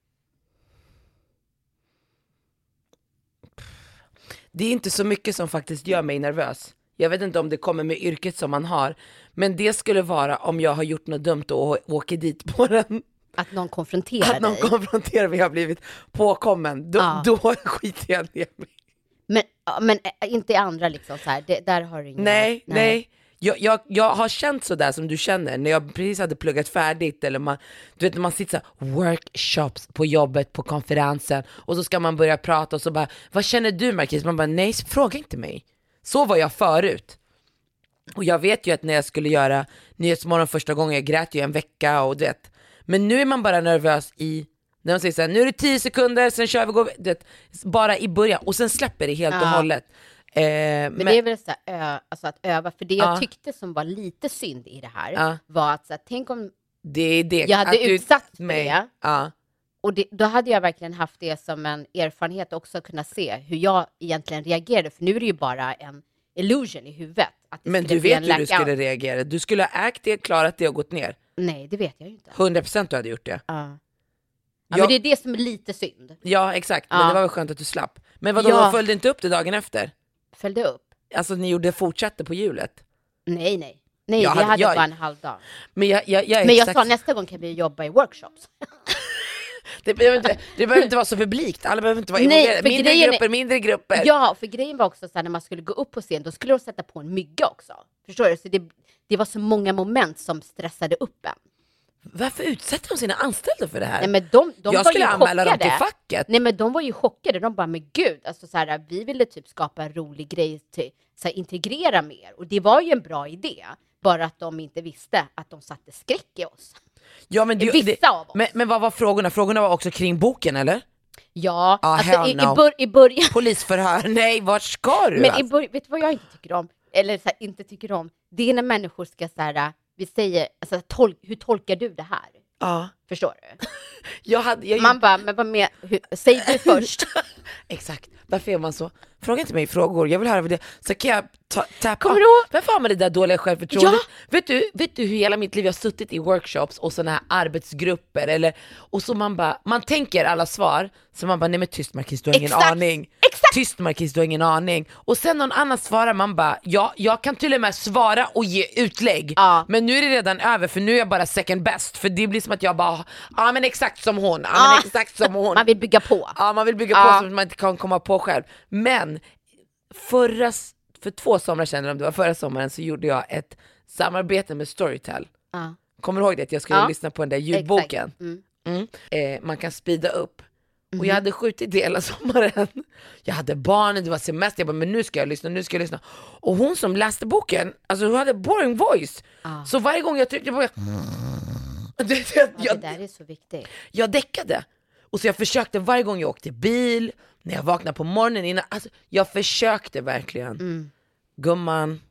Det är inte så mycket som faktiskt gör mig nervös. Jag vet inte om det kommer med yrket som man har. Men det skulle vara om jag har gjort något dumt och åker dit på den. Att någon konfronterar Att någon dig. konfronterar mig, jag har blivit påkommen. Då, Ja. då skiter jag ner mig. Men, men inte i andra liksom så här. Det, där har du ingen... Nej, nej. nej. Jag, jag, jag har känt så där som du känner när jag precis hade pluggat färdigt, eller man, du vet när man sitter så här, workshops på jobbet, på konferensen, och så ska man börja prata och så bara, vad känner du Marcus? Man bara, nej, fråga inte mig. Så var jag förut. Och jag vet ju att när jag skulle göra Nyhetsmorgon första gången, jag grät ju en vecka och du vet. Men nu är man bara nervös i, när de säger så här, nu är det tio sekunder, sen kör vi, går, du vet, bara i början, och sen släpper det helt Ja. och hållet. Eh, men, men det är väl så här, ö, alltså att öva, för det jag Ja. tyckte som var lite synd i det här Ja. var att så här, tänk om det är det. jag hade att du- utsatt för mig. det Ja. Och det, då hade jag verkligen haft det som en erfarenhet också, att kunna se hur jag egentligen reagerade. För nu är det ju bara en illusion i huvudet. Att det Men skulle du bli vet en hur du blackout. skulle reagera. Du skulle ha ägt det, klarat det och gått ner. Nej, det vet jag ju inte. hundra procent du hade gjort det. Ja. Ja, Jag- men det är det som är lite synd. Ja, exakt. Men Ja. det var väl skönt att du slapp. Men vadå, Ja. ja. följde inte upp det dagen efter? Följde upp? Alltså ni gjorde fortsatte på hjulet. Nej, nej. Nej, Jag vi hade- hade jag- bara en halv dag. Men jag, jag, jag, är Men jag exakt... sa nästa gång kan vi jobba i workshops. det, behöver inte, det behöver inte vara så publikt. Alla behöver inte vara Nej, involverade. för Mindre grejen är- grupper, mindre grupper. Ja, för grejen var också så här, när man skulle gå upp på scen, då skulle de sätta på en mygga också. Förstår du? Så det, det var så många moment som stressade upp en. Varför utsätter de sina anställda för det här? Nej, men de, de jag var skulle ju anmäla chockade. dem till facket. Nej, men de var ju chockade. De bara, men gud, alltså så här, vi ville typ skapa en rolig grej till, så här, integrera mer. Och det var ju en bra idé. Bara att de inte visste att de satte skräck i oss. Ja, men det, Vissa det, av oss. Men, men vad var frågorna? Frågorna var också kring boken, eller? Ja, Ah, alltså hell i, i, no. bör, i början. Polisförhör? Nej, vart ska du? Men i alltså? början, vet du vad jag inte tycker om? Eller så här, inte tycker om? Det är när människor ska så här, vi säger, alltså, tol, hur tolkar du det här? Ja. Förstår du? Jag hade, jag, Man bara, men vad med, hur, säg du först. Exakt, varför är man så? Fråga inte mig frågor, jag vill höra vad det så kan jag ta, tappa. Kommer du ihåg? Varför har man det där dåliga självförtroendet? Ja. Vet du, vet du hur hela mitt liv jag har suttit i workshops och såna här arbetsgrupper eller, och så man bara, man tänker alla svar, så man bara, nej men tyst Marquis, du har ingen Exakt. aning. Exakt. Tyst Marquis, du har ingen aning. Och sen någon annan svarar, man bara, ja, jag kan till och med svara och ge utlägg. Ja. Men nu är det redan över, för nu är jag bara second best. För det blir som att jag bara, ja men exakt som hon, ja Ja. men exakt som hon. Man vill bygga på. Ja, man vill bygga Ja. på så att man inte kan komma på själv. Men förra, för två somrar sedan, om det var förra sommaren, så gjorde jag ett samarbete med Storytel. Ja. Kommer du ihåg det? Att jag skulle Ja. lyssna på den där ljudboken. Exakt. Mm. Mm. Eh, man kan speeda upp. Och jag hade skjutit det hela sommaren. Jag hade barnen, det var semester, jag bara, men nu ska jag lyssna, nu ska jag lyssna. Och hon som läste boken, alltså hon hade boring voice. Ja. Så varje gång jag tryckte på det, det, Ja, jag, det där är så viktigt. jag däckade. Och så jag försökte varje gång jag åkte bil, när jag vaknade på morgonen innan, alltså, jag försökte verkligen. Mm. Gumman,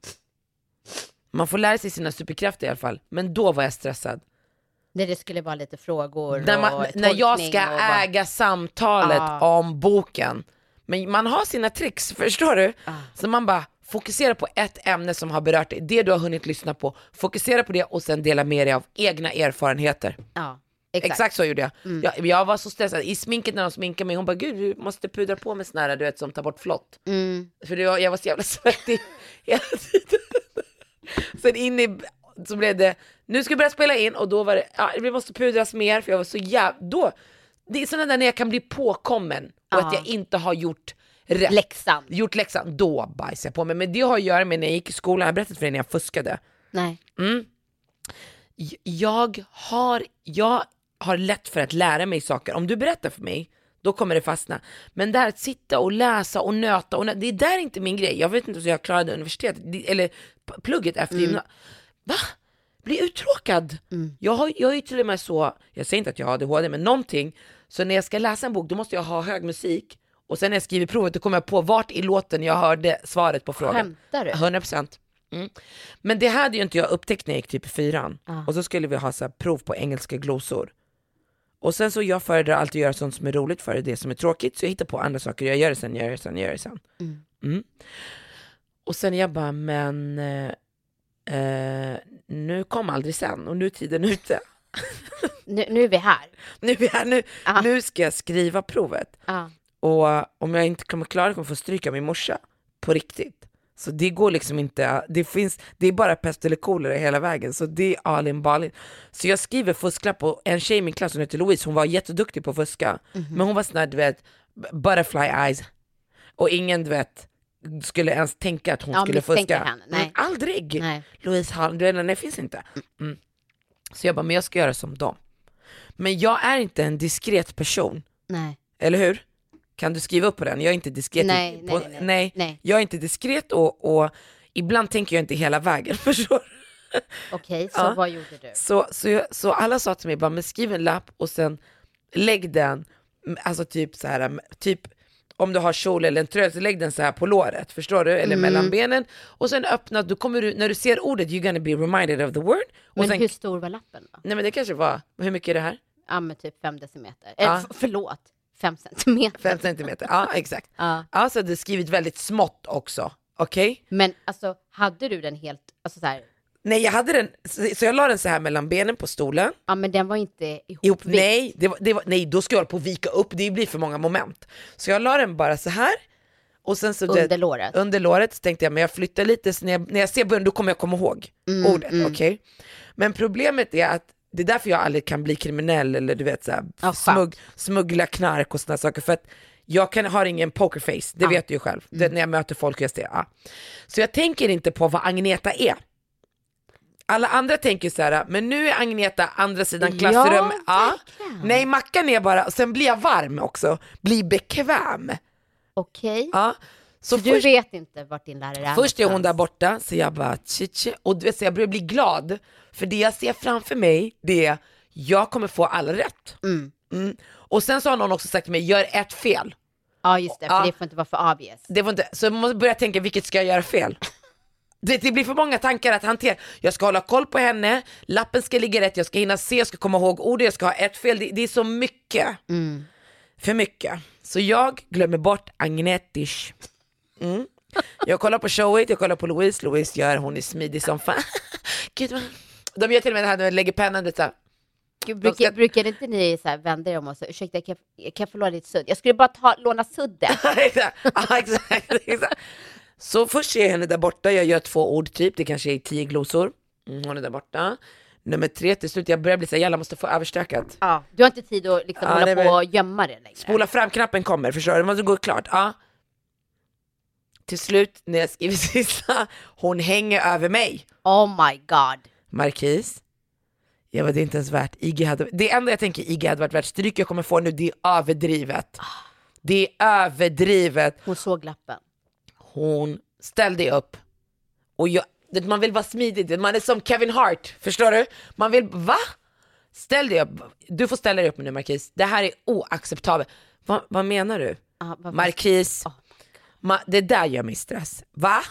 man får lära sig sina superkrafter i alla fall. Men då var jag stressad. När det skulle vara lite frågor När, man, och när jag tolkning ska och bara- äga samtalet Ah. om boken. Men man har sina tricks, förstår du? Ah. Så man bara fokuserar på ett ämne som har berört dig, det du har hunnit lyssna på. Fokusera på det och sen dela med dig av egna erfarenheter. Ja, Exakt, exakt. så gjorde jag. Mm. jag. Jag var så stressad. I sminket när de sminkade mig, hon bara, gud du måste pudra på med sån här, du vet, som tar bort flott. Mm. För det var, jag var så jävla svettig hela tiden. Sen in i, så blev det, nu ska vi börja spela in, och då var det, ja, vi måste pudras mer, för jag var så jävla, då, det är sådana där när jag kan bli påkommen och Ja. att jag inte har gjort rätt. Läxan. Gjort läxan, då bajsar jag på mig. Men det har att göra med när jag gick i skolan, jag har berättat för dig när jag fuskade. Nej. Mm. J- Jag har, jag har lätt för att lära mig saker. Om du berättar för mig, då kommer det fastna. Men där att sitta och läsa och nöta, och nö- det är där inte min grej. Jag vet inte hur jag klarade universitetet, det- eller p- plugget efter Mm. gymnasiet. Va? Bli uttråkad. Mm. Jag, har, jag är ju till och med så, jag säger inte att jag har A D H D, men någonting. Så när jag ska läsa en bok, då måste jag ha hög musik. Och sen när jag skriver provet, då kommer jag på vart i låten jag hörde svaret på frågan. Skämtar du? hundra procent. Mm. Men det hade ju inte jag upptäckt när jag gick typ i fyran. Ah. Och så skulle vi ha så här prov på engelska glosor. Och sen så jag föredrar alltid att göra sånt som är roligt för det som är tråkigt. Så jag hittar på andra saker, jag gör det sen, jag gör det sen, jag gör det sen. Mm. Mm. Och sen jag bara, men eh, eh, nu kom aldrig sen och nu är tiden ute. Nu, nu är vi här. Nu, är vi här, nu, Ah. nu ska jag skriva provet. Ja. Och om jag inte kommer klara det kommer jag få stryka min morsa. På riktigt. Så det går liksom inte, det finns, det är bara pest eller kolera hela vägen. Så det är all in balin. Så jag skriver fusklapp på en tjej i min klass, hon heter Louise, hon var jätteduktig på att fuska. Mhm. Men hon var sån här, du vet, butterfly eyes. Och ingen, du vet, skulle ens tänka att hon Ja, skulle misstänker fuska. henne. Nej. Mm, aldrig. Nej. Louise Hall, du vet, nej, det finns inte. Mm. Så jag bara, men jag ska göra som dem. Men jag är inte en diskret person. Nej. Eller hur? Kan du skriva upp på den? Jag är inte diskret. Nej, på, nej, nej, nej. Nej. Jag är inte diskret och, och ibland tänker jag inte hela vägen, förstår du? Okej, så Ja. vad gjorde du? Så, så, jag, så alla sa till mig, bara, men skriv en lapp och sen lägg den, alltså typ så här, typ om du har kjol eller en tröja, så lägg den så här på låret, förstår du? Eller Mm. mellan benen. Och sen öppna, då kommer du, när du ser ordet, you're gonna be reminded of the word. Och Men sen, hur stor var lappen då? nej men det kanske var, hur mycket är det här? Ja, men typ fem decimeter. Ja. Eh, f- förlåt, fem centimeter. Fem centimeter, ja exakt. Ja. Alltså det är skrivit väldigt smått också, okej? Okay? Men alltså, hade du den helt, alltså så här, Nej, jag hade den, så så jag la den så här mellan benen på stolen. ja men den var inte ihop, Ihop, nej, det var, det var, nej, då ska jag hålla på att vika upp, det blir för många moment. Så jag la den bara så här. Och sen så under det, låret. Under låret så tänkte jag, men jag flyttar lite, så när jag, när jag ser början då kommer jag komma ihåg Mm, ordet, mm. okej? Okay? Men problemet är att det är därför jag aldrig kan bli kriminell eller du vet så här, Ja, smugg, smuggla knark och såna saker, för att jag kan, har ingen pokerface, det Ja. vet du ju själv, Mm. det, när jag möter folk och jag ser, ja. Så jag tänker inte på vad Agneta är. Alla andra tänker så här, men nu är Agneta andra sidan klassrum. Ja, nej, Mackan är bara, och sen blir jag varm också, blir bekväm. Okej. Ja. Så, Så du först, vet inte vart din lärare är först är hon där någonstans. borta, så jag bara tji, och du vet, så jag börjar bli glad, för det jag ser framför mig, det är jag kommer få alla rätt. Mm. Mm. Och sen så har någon också sagt till mig, gör ett fel. Ja just det, för Ja. det får inte vara för obvious. Det får inte, så jag måste börja tänka, vilket ska jag göra fel? Det, det blir för många tankar att hantera. Jag ska hålla koll på henne, lappen ska ligga rätt, jag ska hinna se, jag ska komma ihåg ordet, jag ska ha ett fel. Det, det är så mycket. Mm. För mycket. Så jag glömmer bort Agnetish. Mm. Jag kollar på showet, jag kollar på Louise. Louise gör, hon är smidig som fan. Gud, vad- de gör till och med det här när jag lägger pennan lite så här. Gud, brukar, ska- brukar inte ni så här vända er om och säga, ursäkta, kan jag, kan jag få låna ditt sudd? Jag skulle bara ta, låna sudden. Exakt. Ja, exakt, exakt. Så först ser jag henne där borta, jag gör två ord typ, det kanske är tio glosor. Mm, hon är där borta. Nummer tre, till slut jag börjar bli så här, jävla måste få överstökat. Ja, du har inte tid att liksom Ja, hålla det är på väl- och gömma det längre. Spola fram-knappen kommer, förstår du? Det måste gå klart. Ja. Till slut, när jag skriver sista, hon hänger över mig. Oh my god. Markis. Jag var det inte ens värt. I G hade, det enda jag tänker I G hade varit värt, stryk jag kommer få nu, det är överdrivet. Det är överdrivet. Hon såg lappen. Hon ställde upp. Och jag, det, man vill vara smidig, man är som Kevin Hart, förstår du? Man vill, va? Ställ dig upp. Du får ställa dig upp nu, Markis. Det här är oacceptabelt. Va, vad menar du? Ah, vad- Markis, Oh ma, det där gör mig stress. Va?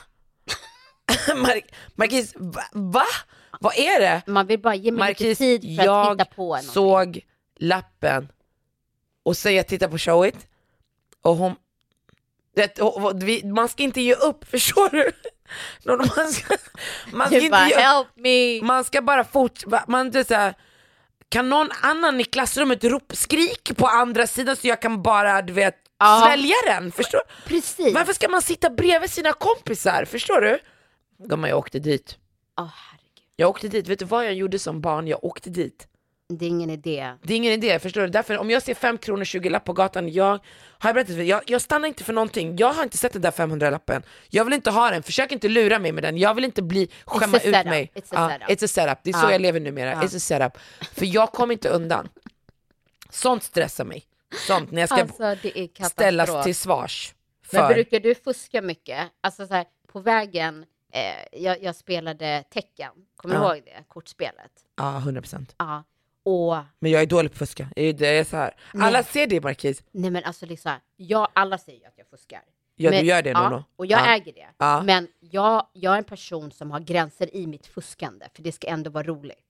Mar, Markis, va? va? Vad är det? Man vill bara ge mig lite Markis, tid för jag att hitta på någonting. såg lappen och så jag tittar på showet och hon det, och, och, vi, man ska inte ge upp, förstår du? Någon, man ska, man ska Du inte bara, ge upp. help me. Man ska bara fortsätta. Man det är så här, kan någon annan i klassrummet rop, skrik på andra sidan så jag kan bara, du vet, Ja. svälja den, förstår du? Precis. Varför ska man sitta bredvid sina kompisar, förstår du? Gumman, jag åkte dit. Åh herregud. Jag åkte dit, vet du vad jag gjorde som barn? Jag åkte dit. Det är ingen idé. Det är ingen idé, förstår du? Därför om jag ser fem kronor tjugo lapp på gatan, jag har jag berättat för jag, jag stannar inte för någonting. Jag har inte sett den där femhundra-lappen. Jag vill inte ha den, försök inte lura mig med den. Jag vill inte bli, skämma a ut setup. mig. It's a Ja, setup. it's a setup. Det är så Ja. jag lever numera. Ja. It's a setup. För jag kommer inte undan. Sånt stressar mig. Sånt när jag ska Alltså det är katastrof. ställas till svars. Men För, brukar du fuska mycket? Alltså så här, på vägen, eh, jag, jag spelade Tekken. Kommer Ja. du ihåg det? Kortspelet. ja, hundra procent. Ja. Och Men jag är dålig på att fuska. Jag är, det är så här. Alla ser det, Markis. nej men alltså liksom, jag, alla säger ju att jag fuskar. Ja, men, du gör det, ja, Nono. och jag Ja. äger det. Ja. Men jag, jag är en person som har gränser i mitt fuskande. För det ska ändå vara roligt.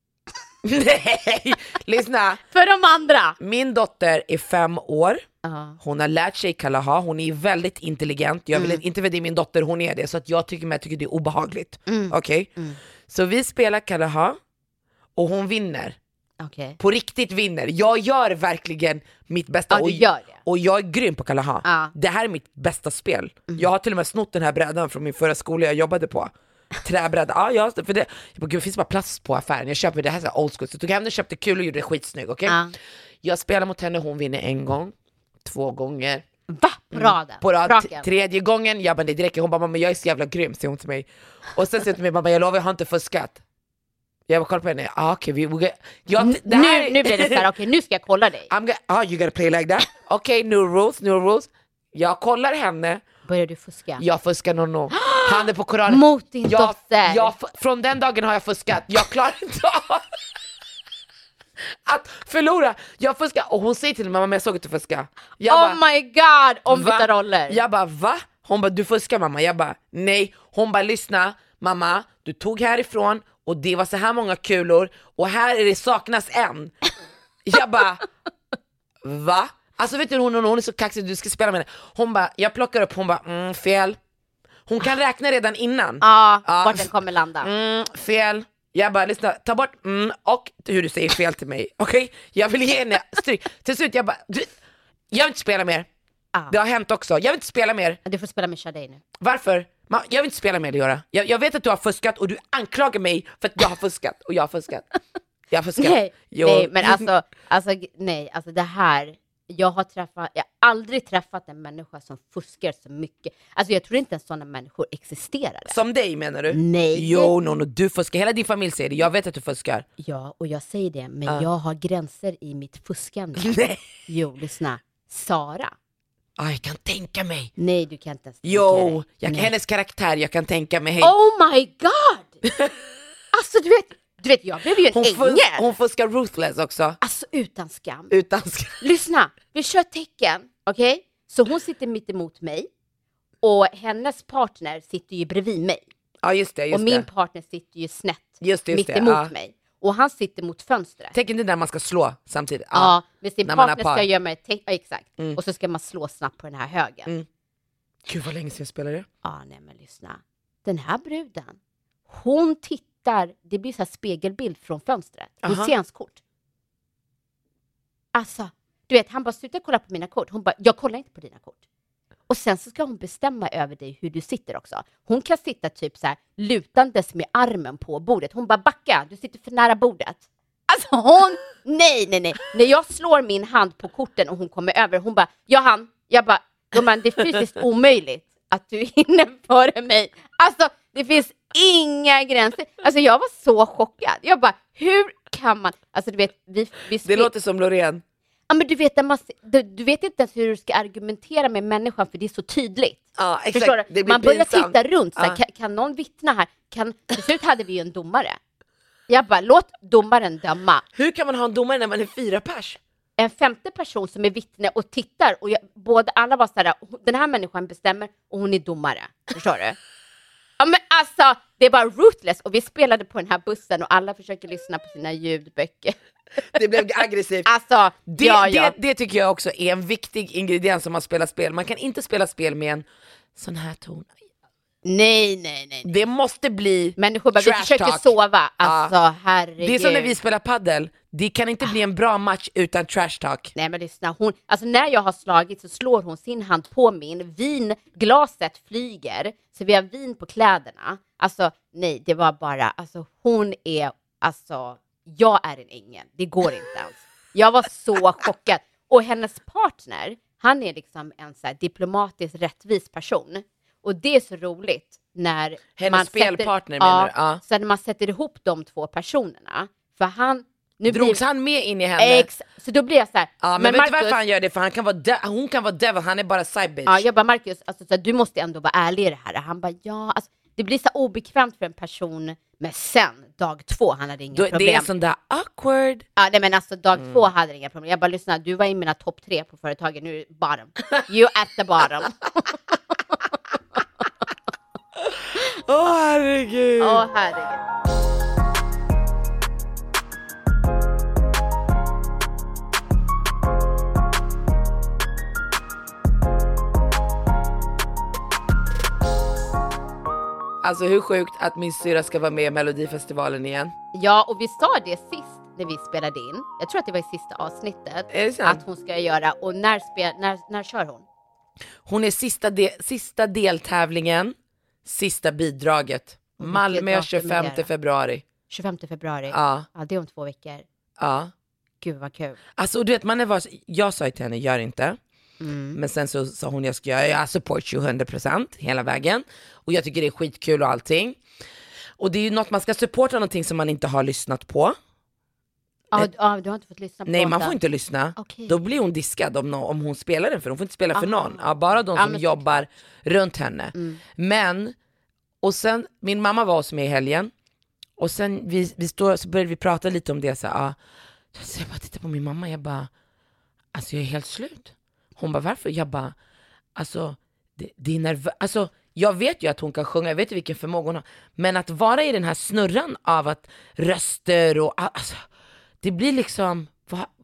Nej, lyssna. För de andra! Min dotter är fem år. Ja. Hon har lärt sig Kalaha, hon är väldigt intelligent. Jag vill Mm. inte för det är min dotter, hon är det. Så att jag tycker, men jag tycker det är obehagligt. Mm. Okej? Mm. Så vi spelar Kalaha och hon vinner. Okej. På riktigt vinner. Jag gör verkligen mitt bästa. Ja, du och, gör det. och jag är grym på Kalaha. Ja. Det här är mitt bästa spel. Mm. Jag har till och med snott den här brädan från min förra skola jag jobbade på. Träbräda, ja, ja, för det, jag bara, gud, det finns bara plats på affären. Jag köper det här så här old school. Så jag tog hem den, köpte kul och gjorde det skitsnygg, okej? Ja. Jag spelar mot henne, hon vinner en gång, två gånger. Va? På raden? På rad, Raken. t- tredje gången, jag bara, det räcker. Hon bara, mamma jag är så jävla grym, säger hon till mig. Och sen säger hon till mig, mamma jag lovar jag har inte fuskat. Jag bara kollar på henne, ah, okej okay, vi, jag, det här Nu, är- nu blir det så här, okej nu ska jag kolla dig. I'm gonna, ah, you gotta play like that. Okej, okay, new rules, new rules. Jag kollar henne, Börjar du fuska? jag fuskar Nono. Handen på Koranen. Mot din jag, dotter? jag, från den dagen har jag fuskat. Jag klarar inte av att förlora. Jag fuskar och hon säger till mig, mamma jag såg att du fuskar. Jag Oh bara, my god, ombytta va? roller. Jag bara, va? Hon bara, du fuskar mamma. Jag bara, nej. Hon bara, lyssna mamma, du tog härifrån och det var så här många kulor och här är det saknas en. Jag bara, va? Alltså vet du, hon, hon är så kaxig, du ska spela med henne. Hon bara, jag plockar upp, hon bara, mm, fel. Hon kan räkna redan innan. Ja, ja. Vart den kommer landa. Mm, fel. Jag bara, lyssna, ta bort mm, och hur du säger fel till mig. Okej, okay? Jag vill ge henne stryk. Till slut, jag bara, du, jag vill inte spela mer. Ja. Det har hänt också, jag vill inte spela mer. Du får spela med Sade nu. Varför? Man, jag vill inte spela med dig, Göra. Jag, jag vet att du har fuskat och du anklagar mig för att jag har fuskat. Och jag har fuskat. Jag har fuskat. Nej, jo. nej men alltså, alltså, nej, alltså det här... Jag har träffat, jag har aldrig träffat en människa som fuskar så mycket. Alltså jag tror inte ens sådana människor existerar. Som dig menar du? Nej. Jo, no, no, du fuskar. Hela din familj säger det. Jag vet att du fuskar. Ja, och jag säger det. Men uh. jag har gränser i mitt fuskande. Nej. Jo, lyssna. Sara. Ah, jag kan tänka mig. Nej, du kan inte ens tänka Jo, dig. jag, hennes karaktär, jag kan tänka mig. Oh my god! Alltså du vet... Du vet, jag blev ju en hon ängel. Fus- hon fuskar ruthless också. Alltså utan skam. Utan skam. Lyssna, vi kör tecken, okej? Okay? Så hon sitter mitt emot mig. Och hennes partner sitter ju bredvid mig. Ja, just det, just och min det. partner sitter ju snett just det, just mitt det, emot ja. mig. Och han sitter mot fönstret. Tänk inte när man ska slå samtidigt. Ja, ja med sin när partner par. ska göra mig te- ja, exakt. Mm. Och så ska man slå snabbt på den här högen. Mm. Gud, vad länge sedan jag spelade. Ja, nej men lyssna. Den här bruden, hon tittar, det blir så här spegelbild från fönstret. Hon Aha. ser hans kort. Alltså, du vet, han bara slutar kolla på mina kort. Hon bara, jag kollar inte på dina kort. Och sen så ska hon bestämma över dig hur du sitter också. Hon kan sitta typ så här lutandes med armen på bordet. Hon bara, backa, du sitter för nära bordet. Alltså hon, nej, nej, nej. När jag slår min hand på korten och hon kommer över, hon bara, jag han. Jag bara, man, det är fysiskt omöjligt att du hinner före mig. Alltså, det finns inga gränser. Alltså jag var så chockad. Jag bara, hur kan man, alltså du vet, vi, vi Det låter som Loreen. Ja, men du vet, man, du, du vet inte ens hur du ska argumentera med människan för det är så tydligt. Ja, exakt. Förstår du? Det blir Man börjar pinsamt. titta runt. Så här, Ja. kan, kan någon vittna här? Kan, till slut hade vi ju en domare. Jag bara, låt domaren döma. Hur kan man ha en domare när man är fyra pers? En femte person som är vittne och tittar. Och jag, både alla var så här, den här människan bestämmer och hon är domare. Förstår du? Ja, men alltså, det är bara ruthless. Och vi spelade på den här bussen och alla försöker lyssna på sina ljudböcker. Det blev aggressivt. Alltså, det, ja, ja. Det, det tycker jag också är en viktig ingrediens om man spelar spel. Man kan inte spela spel med en sån här ton. Nej, nej, nej. Det måste bli Människor bara, vi trash försöker talk. sova. Alltså, Ja. herregud. Det är som när vi spelar paddel. Det kan inte bli en bra match utan trash talk. Nej men lyssna, hon, alltså när jag har slagit så slår hon sin hand på min, vinglaset flyger, så vi har vin på kläderna. Alltså nej, det var bara, alltså hon är, alltså jag är en ängel, det går inte ens. Jag var så chockad. Och hennes partner, han är liksom en så här diplomatiskt rättvis person. Och det är så roligt när Hennes man spelpartner sätter, menar du? ja, Ja. så när man sätter ihop de två personerna, för han nu Drogs blir, han med in i henne? Ex, så då blir jag så här. Ja, men, vet Marcus, du varför han gör det? För han kan vara de- hon kan vara devil, han är bara side bitch. ja, jag bara, Marcus, alltså, så här, du måste ändå vara ärlig i det här. Han bara, ja, alltså, det blir så här obekvämt för en person. Men sen, dag två, han hade inga Då, problem. det är sån där awkward. Ja, nej, men alltså dag Mm. två hade inga problem. Jag bara, lyssna, du var i mina topp tre på företaget, nu är det bottom. You at the bottom. Åh oh, herregud. Åh, oh, herregud. Alltså hur sjukt att min syra ska vara med i Melodifestivalen igen. Ja, och vi sa det sist när vi spelade in. Jag tror att det var i sista avsnittet. Är det sant? Att hon ska göra. Och när, spel, när, när kör hon? Hon är sista, de- sista deltävlingen, sista bidraget. Och vilket Malmö datum är tjugofemte det? februari. tjugofemte februari. Ja. Ja, det är om två veckor. Ja. Gud vad kul. Alltså du vet, man är var, jag sa ju till henne, gör inte. Mm. Men sen så sa hon, jag ska göra, jag support you hundra procent hela vägen. Och jag tycker det är skitkul och allting. Och det är ju något, man ska supporta någonting som man inte har lyssnat på. Ja, ja, du har inte fått lyssna på Nej, man låten. får inte lyssna. Okej. Då blir hon diskad om, nå- om hon spelar den för hon får inte spela för Aha. någon. Ja, bara de Ja, som men jobbar runt henne. Mm. Men, och sen, min mamma var hos mig i helgen. Och sen vi, vi står, så började vi prata lite om det. Så, ja. Så jag bara tittar på min mamma, jag bara, alltså jag är helt slut. Hon bara, varför? Jag bara, alltså, det, det är nervöst. Alltså, jag vet ju att hon kan sjunga, jag vet ju vilken förmåga hon har. Men att vara i den här snurran av att röster och, alltså, det blir liksom, va,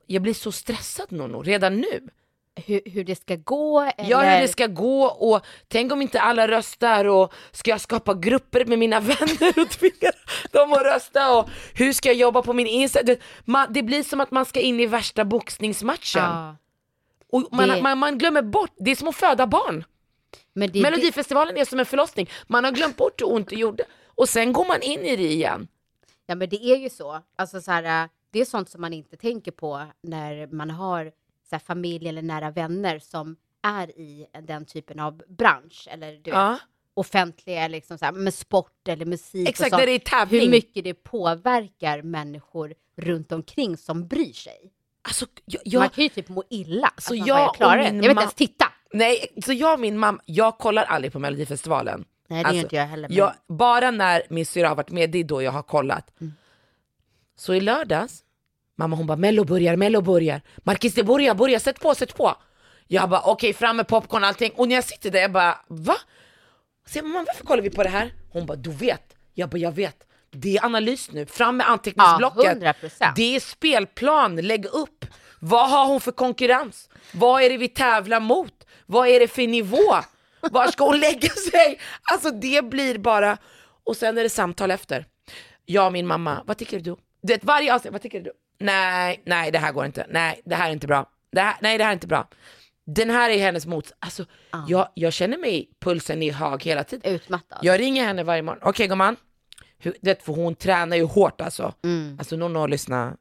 jag blir så stressad Nono, redan nu. Hur, hur det ska gå? Eller? Ja, hur det ska gå, och tänk om inte alla röstar, och ska jag skapa grupper med mina vänner och tvinga dem att rösta, och hur ska jag jobba på min Insta? Det, man, det blir som att man ska in i värsta boxningsmatchen. Ja. Och man, det... man, man glömmer bort, det är som att föda barn. Men det, Melodifestivalen det... är som en förlossning. Man har glömt bort hur ont det gjorde, och sen går man in i det igen. Ja, men det är ju så. Alltså så här, det är sånt som man inte tänker på när man har så här, familj eller nära vänner som är i den typen av bransch. Eller du ja. vet, offentliga, liksom så här, med sport eller musik. Exakt, och när det är tävling. Hur mycket det påverkar människor runt omkring som bryr sig. Alltså, jag, jag, man kan ju typ må illa. Så jag, jag, jag, jag vet inte ens titta. Nej, så jag och min mamma, jag kollar aldrig på Melodifestivalen. Nej, det alltså, gör inte jag heller. Men... jag, bara när min syra har varit med, det är då jag har kollat. Mm. Så i lördags, mamma hon bara, Mello börjar, Mello börjar. Marquis, det börjar, börjar, sätt på, sätt på. Jag bara, okej, okay, fram med popcorn och allting. Och när jag sitter där, jag bara, va? Så jag bara, mamma, varför kollar vi på det här? Hon bara, du vet. Jag bara, jag vet. Det är analys nu, fram med anteckningsblocket. Ja, hundra procent. Det är spelplan, lägg upp. Vad har hon för konkurrens? Vad är det vi tävlar mot? Vad är det för nivå? Var ska hon lägga sig? Alltså det blir bara... Och sen är det samtal efter. Jag och min mamma, vad tycker du? Det varje avsnitt, vad tycker du? Nej, nej, det här går inte. Nej, det här är inte bra. Det här, nej, det här är inte bra. Den här är hennes mot. Alltså, ah. jag, jag känner mig pulsen i hög hela tiden. Utmattad. Jag ringer henne varje morgon. Okej, okay, gumman. Det för hon tränar ju hårt alltså. Mm. Alltså någon har lyssnat.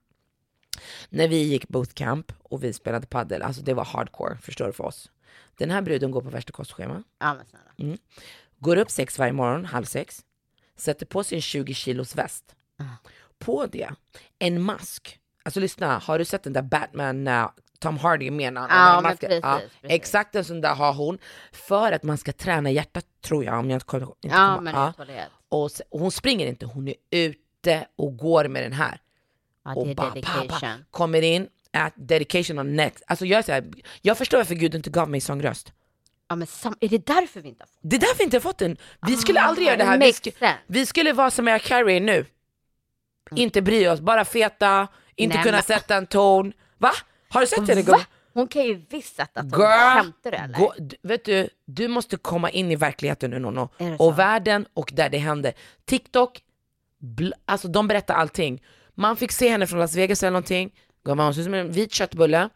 När vi gick bootcamp och vi spelade paddel, alltså det var hardcore, förstår du, för oss. Den här bruden går på värsta kostschema. Ja, men snälla. Mm. Går upp sex varje morgon, halv sex. Sätter på sin tjugo kilos väst. Mm. På det, en mask. Alltså lyssna, har du sett den där Batman, uh, Tom Hardy menar? Ja, men precis, ja, precis. Exakt en sån där har hon. För att man ska träna hjärtat, tror jag. Om jag inte kommer, inte ja, kommer. men ja. det. Och, och hon springer inte, hon är ute och går med den här. Ja, det är och bara, dedication. Pappa, kommer in, at dedication on next. Alltså jag, är så här, jag förstår varför Gud inte gav mig sångröst. Ja, men sam- är det därför vi inte har fått det? är därför vi inte har fått den. Vi ah, skulle aldrig göra det här. Vi, sk- vi skulle vara som jag Carrie nu. Mm. Inte bry oss, bara feta, inte Nej, kunna men... sätta en ton. Va? Har du sett det? Va? Hon kan ju visst att hon skämtar eller? Gå, vet du, du måste komma in i verkligheten nu, Nono. Och världen och där det händer. TikTok, bl- alltså de berättar allting. Man fick se henne från Las Vegas eller någonting. Hon ser ut som en vit köttbulle.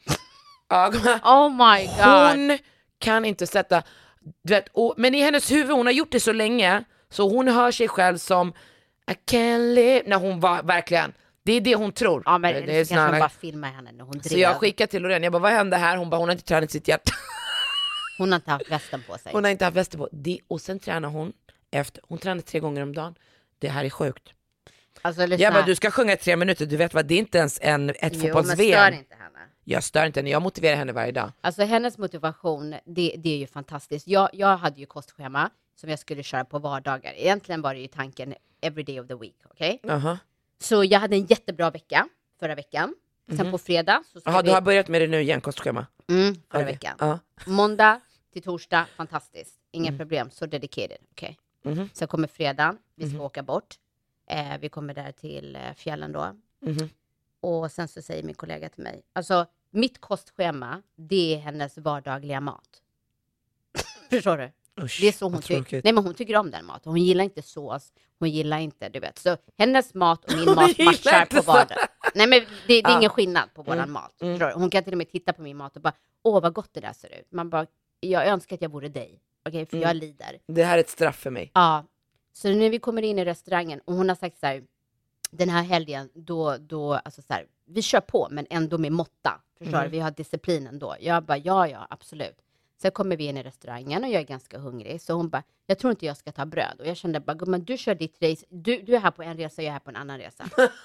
Oh my god. Hon kan inte sätta... Du vet, och, men i hennes huvud, hon har gjort det så länge. Så hon hör sig själv som I can't live. När hon var verkligen... Det är det hon tror. Ja, men det, det är så kanske hon bara filmar henne när hon drev. Så jag skickar till Loreen. Jag bara, vad hände här? Hon bara, hon har inte tränat sitt hjärta. Hon har inte haft västen på sig. Hon har inte haft västen på det. Och sen tränar hon efter... Hon tränar tre gånger om dagen. Det här är sjukt. Alltså, jag bara, du ska sjunga i tre minuter. Du vet vad, det är inte ens en, ett fotbolls-V M. Jo, men stör inte henne. Jag stör inte henne, jag motiverar henne varje dag. Alltså hennes motivation, det, det är ju fantastiskt. Jag, jag hade ju kostschema som jag skulle köra på vardagar. Egentligen var det ju tanken every day of the week, okej? Okay? Uh-huh. Så jag hade en jättebra vecka förra veckan. Sen mm-hmm. på fredag så ska Jaha, vi... du har börjat med det nu igen, kostschema? Mm, förra okay. veckan. Uh-huh. Måndag till torsdag, fantastiskt. Inga mm. problem, så dedicated, okej? Okay? Mm-hmm. Sen kommer fredag, vi ska mm-hmm. åka bort. Eh, vi kommer där till eh, fjällen då. Mm-hmm. Och sen så säger min kollega till mig, alltså mitt kostschema, det är hennes vardagliga mat. Förstår du? Usch, det är så hon tycker. Nej, men hon tycker om den maten. Hon gillar inte sås. Hon gillar inte, du vet. Så hennes mat och min mat matchar på vardag. Nej, men det, det är ja. ingen skillnad på våran mm. mat. Mm. Hon kan till och med titta på min mat och bara, åh vad gott det där ser ut. Man bara, jag önskar att jag vore dig. Okej, okay, för mm. jag lider. Det här är ett straff för mig. Ja. Så när vi kommer in i restaurangen och hon har sagt så här, den här helgen, då, då alltså så här, vi kör på men ändå med måtta. Förstår mm. du? Vi har disciplinen då. Jag bara, ja, ja, absolut. Sen kommer vi in i restaurangen och jag är ganska hungrig. Så hon bara, jag tror inte jag ska ta bröd. Och jag kände bara, men du kör ditt race. Du, du är här på en resa, jag är här på en annan resa.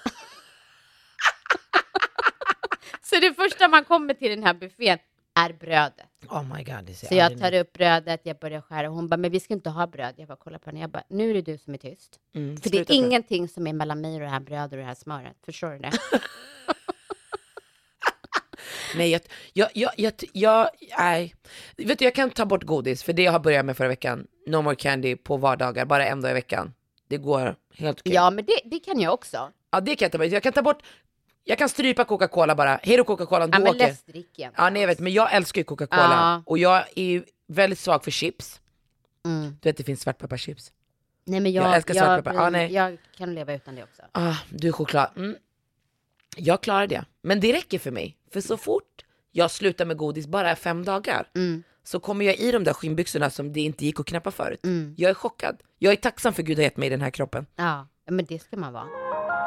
Så det första man kommer till den här buffén är brödet. Oh my God. Så jag tar upp brödet, jag börjar skära. Hon bara, men vi ska inte ha bröd. Jag bara, kolla på henne. Jag bara, nu är det du som är tyst. Mm, för det är ingenting som är mellan mig och det här brödet och det här smöret. Förstår du det? Nej, jag, jag, jag, jag, jag, nej. Vet du, jag kan ta bort godis, för det jag har börjat med förra veckan. No more candy på vardagar, bara en dag i veckan. Det går helt okej. Ja, men det, det kan jag också. Ja, det kan jag ta bort. Jag kan ta bort, Jag kan strypa Coca-Cola bara. Hej då Coca-Cola, du Ja, men åker. läskdryck igen. Ja, nej, jag vet, men jag älskar ju Coca-Cola. Ja. Och jag är ju väldigt svag för chips. Mm. Du vet, det finns svartpepparchips. Nej, men jag, Jag älskar jag, svartpeppar. Ah, nej. jag kan leva utan det också. Ah, du är choklad. Mm. Jag klarar det. Men det räcker för mig. För så fort jag slutar med godis, bara fem dagar, Mm. så kommer jag i de där skinnbyxorna som det inte gick att knäppa förut. Mm. Jag är chockad. Jag är tacksam för Gud har gett mig den här kroppen. Ja, men det ska man vara.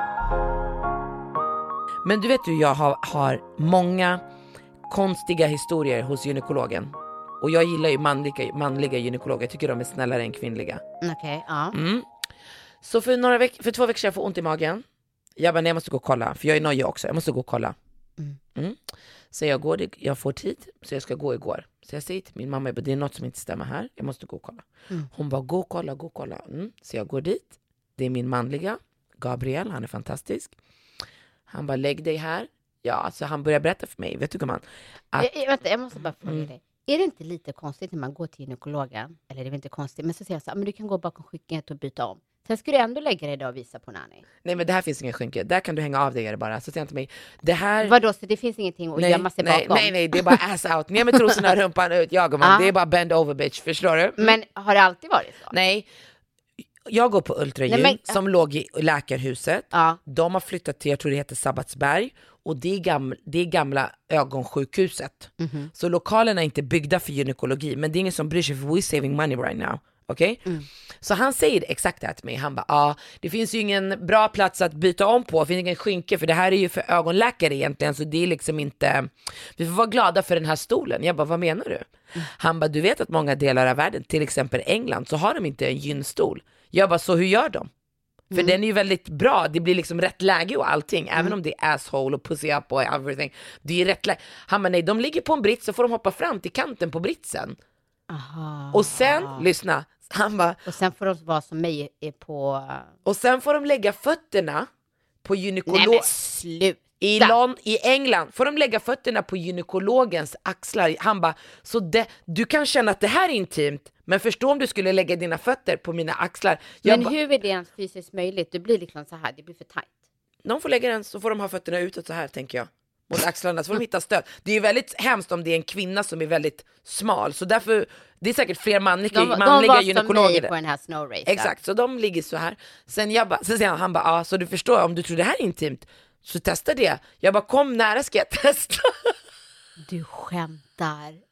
Men du vet ju, jag har, har många konstiga historier hos gynekologen. Och jag gillar ju manliga, manliga gynekologer. Jag tycker de är snällare än kvinnliga. Okej, okay, ja. Mm. Så för, några veck- för två veckor sedan jag får ont i magen. Jag bara, nej, jag måste gå och kolla. För jag är nöjd också. Jag måste gå och kolla. Mm. Mm. Så jag går, jag får tid. Så jag ska gå igår. Så jag säger till min mamma, det är något som inte stämmer här. Jag måste gå och kolla. Mm. Hon bara, gå och kolla, gå och kolla. Mm. Så jag går dit. Det är min manliga, Gabriel. Han är fantastisk. Han bara, lägg dig här. Ja, alltså han börjar berätta för mig. Vet du man? Att... Jag, jag, vänta, jag måste bara fråga Mm. dig. Är det inte lite konstigt när man går till gynekologen? Eller det är väl inte konstigt, men så säger jag så här, men du kan gå bakom skynket och byta om. Sen ska du ändå lägga dig där och visa på nanny. Nej, men det här finns ingen skynke. Där kan du hänga av dig bara. Så säger han till mig, det här... Vadå, så det finns ingenting att Nej, gömma sig nej, bakom? nej, nej, det är bara ass out. Ner med trosorna, rumpan ut, jag man. Ah. Det är bara bend over bitch, förstår du? Mm. Men har det alltid varit så? Nej, jag går på ultraljud Nej, men- som låg i läkarhuset. Ja. De har flyttat till, jag tror det heter Sabbatsberg. Och det är, gamla, det är gamla ögonsjukhuset. Mhm. Så lokalerna är inte byggda för gynekologi. Men det är ingen som bryr sig, för we're saving money right now. Okej? Mm. Så han säger exakt det här till mig. Han bara, ja, ah, det finns ju ingen bra plats att byta om på. Det finns ingen skynke, för det här är ju för ögonläkare egentligen. Så det är liksom inte, vi får vara glada för den här stolen. Jag bara, vad menar du? Mm. Han bara, du vet att många delar av världen, till exempel England, så har de inte en gynstol. Jag bara, så hur gör de? För Mm. den är ju väldigt bra, det blir liksom rätt läge och allting. Även om det är asshole och pussy up och everything. Det är rätt läge. Han bara, nej, de ligger på en brits, så får de hoppa fram till kanten på britsen. Aha. Och sen, lyssna, han bara, Och sen får de vara som mig är på... och sen får de lägga fötterna på Nej gynekolog... men sluta! I, Lon- I England får de lägga fötterna på gynekologens axlar. Han bara, så det, du kan känna att det här är intimt, men förstå om du skulle lägga dina fötter på mina axlar. Jag Men ba, hur är det ens fysiskt möjligt? Det blir liksom så här, det blir för tajt. de får lägga den, så får de ha fötterna utåt så här, tänker jag. Mot axlarna, så får de hitta stöd. Det är ju väldigt hemskt om det är en kvinna som är väldigt smal. Så därför, det är säkert fler manliga, De, de manliga var gynekologer. som mig på den här snow race. Exakt, så de ligger så här. Sen jag bara, så säger han, han bara, ja, så du förstår, om du tror det här är intimt, så testa det. Jag bara, kom nära ska jag testa. Du skämtar.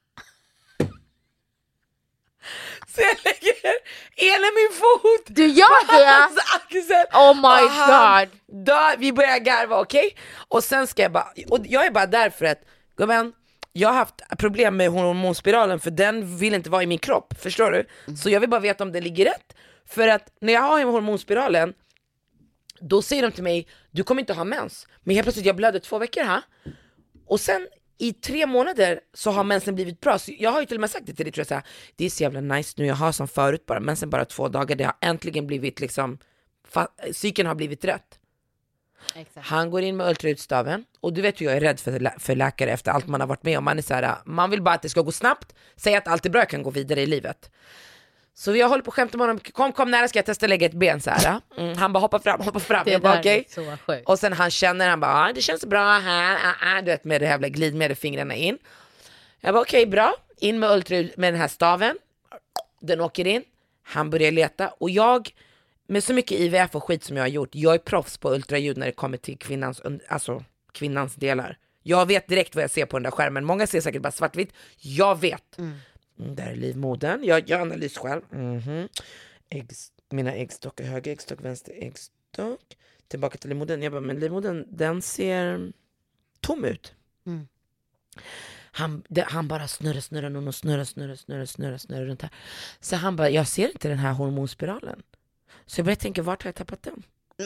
Så jag lägger ena min fot Du gör på det? hans axel. Oh my Och han god. dör. Vi börjar garva, okej? Okay? Och sen ska jag bara, och jag är bara där för att, gumman, jag har haft problem med hormonspiralen, för den vill inte vara i min kropp, förstår du? Mm. Så jag vill bara veta om det ligger rätt. För att när jag har hormonspiralen, då säger de till mig, du kommer inte ha mens. Men helt plötsligt, jag blöder två veckor här. Och sen i tre månader så har mensen blivit bra. Så jag har ju till och med sagt det till dig, tror jag, så här, det är så jävla nice nu, jag har som förut bara, mensen bara två dagar, det har äntligen blivit liksom, fa- cykeln har blivit rätt. Exakt. Han går in med ultraljudsstaven, och du vet hur jag är rädd för, lä- för läkare efter allt man har varit med om. Man är så här, man vill bara att det ska gå snabbt, säga att allt är bra, jag kan gå vidare i livet. Så jag håller på att skämta med honom, kom, kom nära, ska jag testa lägga ett ben så här. Mm, han bara hoppa fram, hoppa fram. Det Jag bara, där okej. är så sjukt. Och sen han känner, han bara, ah, det känns bra här, ah, ah, du vet, med det jävla glidmedel, fingrarna in. Jag bara, okej, okay, bra. In med ultraljud med den här staven. Den åker in. Han börjar leta. Och jag, med så mycket I V F och skit som jag har gjort, jag är proffs på ultraljud när det kommer till kvinnans, alltså kvinnans delar. Jag vet direkt vad jag ser på den där skärmen. Många ser säkert bara svartvitt. Jag vet. Mm. Mm, där är livmodern. Jag gör analys själv. Mm-hmm. Äggs, mina äggstockar, höger äggstock, vänster äggstock. Tillbaka till livmodern. Jag bara, men livmodern, den ser tom ut. Mm. Han, det, han bara snurrar, snurrar, snurrar, snurrar, snurrar, snurrar, snurrar, snurrar runt här. Så han bara, jag ser inte den här hormonspiralen. Så jag började tänka, vart har jag tappat den?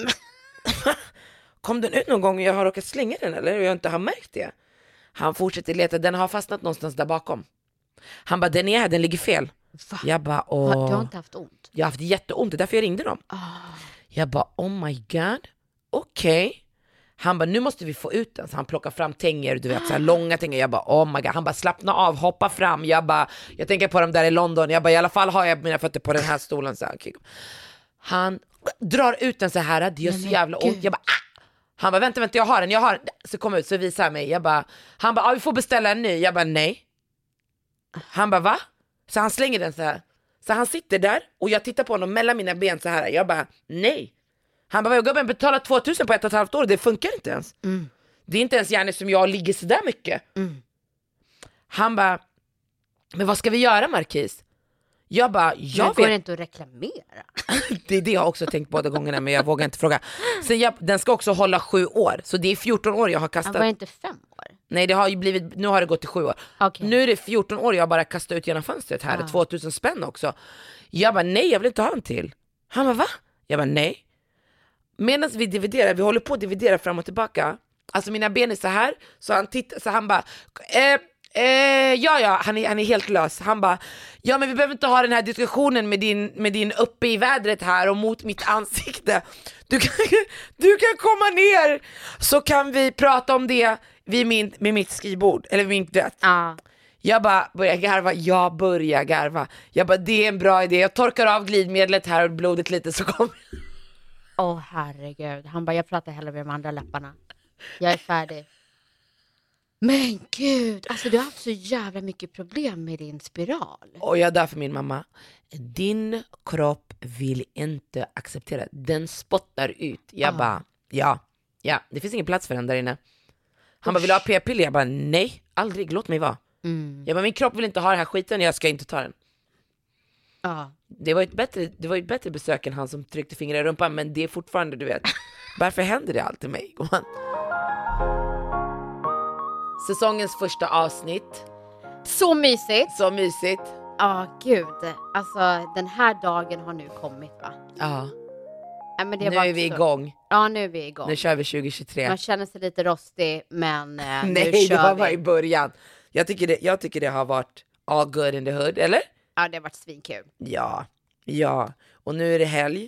Kom den ut någon gång och jag har råkat slänga den, eller? Och jag inte har märkt det. Han fortsätter leta, den har fastnat någonstans där bakom. Han bara, den är här, den ligger fel. Va? Jag bara, åh. Du har inte haft ont? Jag har haft jätteont, det är därför jag ringde dem. Oh. Jag bara, oh my god. Okej. Okay. Han bara, nu måste vi få ut den. Så han plockar fram tänger, du vet, så här långa tänger. Jag bara, oh my god. Han bara, slappna av, hoppa fram. Jag bara, jag tänker på dem där i London. Jag bara, i alla fall har jag mina fötter på den här stolen. Så här, okay. Han drar ut den så här, det gör så jävla ont. Jag bara, ah! Han bara, vänta, vänta, jag har den, jag har den. Så kom ut, så visar han mig. Jag bara, han bara, ah, vi får beställa en ny. Jag bara, nej. Han bara, va? Så han slänger den så här. Så han sitter där och jag tittar på honom mellan mina ben så här. Jag bara, nej. Han bara, jag gubben betalar tvåtusen på ett och ett halvt år. Det funkar inte ens. Mm. Det är inte ens gärna som jag ligger så där mycket. Mm. Han bara, men vad ska vi göra, Marquis? Jag bara, jag men går det inte att reklamera? Det är det jag också tänkt båda gångerna, men jag vågar inte fråga. Sen jag, den ska också hålla sju år. Så det är fjorton år jag har kastat. Ja, var det inte fem år? Nej, det har ju blivit, nu har det gått till sju år. Okay. Nu är det fjorton år jag bara kastat ut genom fönstret här. Ah. tvåtusen spänn också. Jag bara, nej, jag vill inte ha en till. Han bara, va? Jag bara, nej. Medan vi dividerar, vi håller på att dividera fram och tillbaka. Alltså mina ben är så här. Så han tittar, så han bara, eh, Eh, ja, ja, han är, han är helt lös. Han bara, ja men vi behöver inte ha den här diskussionen med din, med din uppe i vädret här och mot mitt ansikte. Du kan, du kan komma ner så kan vi prata om det vid min, med mitt skrivbord. Eller vid mitt vet. Ah. Jag bara börjar garva, jag börjar garva. Jag bara, det är en bra idé. Jag torkar av glidmedlet här och blodet lite så kommer. Åh oh, herregud. Han bara, jag pratar hellre med de andra läpparna. Jag är färdig. Men gud, alltså du har haft så jävla mycket problem med din spiral. Och jag dör för min mamma. Din kropp vill inte acceptera. Den spottar ut. Jag ah. bara, ja, ja, det finns ingen plats för den där inne. Han Usch. bara, vill du ha p-piller? Jag bara, nej, aldrig, låt mig vara. Mm. Jag bara, min kropp vill inte ha den här skiten, jag ska inte ta den. Ah. Det var ett bättre, det var ett bättre besök än han som tryckte fingrar i rumpan. Men det är fortfarande, du vet. Varför händer det alltid mig? Säsongens första avsnitt. Så mysigt. Så mysigt. Ja, oh, gud. Alltså, den här dagen har nu kommit, va? Ja. Ja, men det nu är vi så... igång. Ja, nu är vi igång. Nu kör vi tjugo tjugotre. Man känner sig lite rostig, men eh, Nej, nu det kör var vi. bara i början. Jag tycker, det, jag tycker det har varit all good in the hood, eller? Ja, det har varit svinkul. Ja, ja. Och nu är det helg.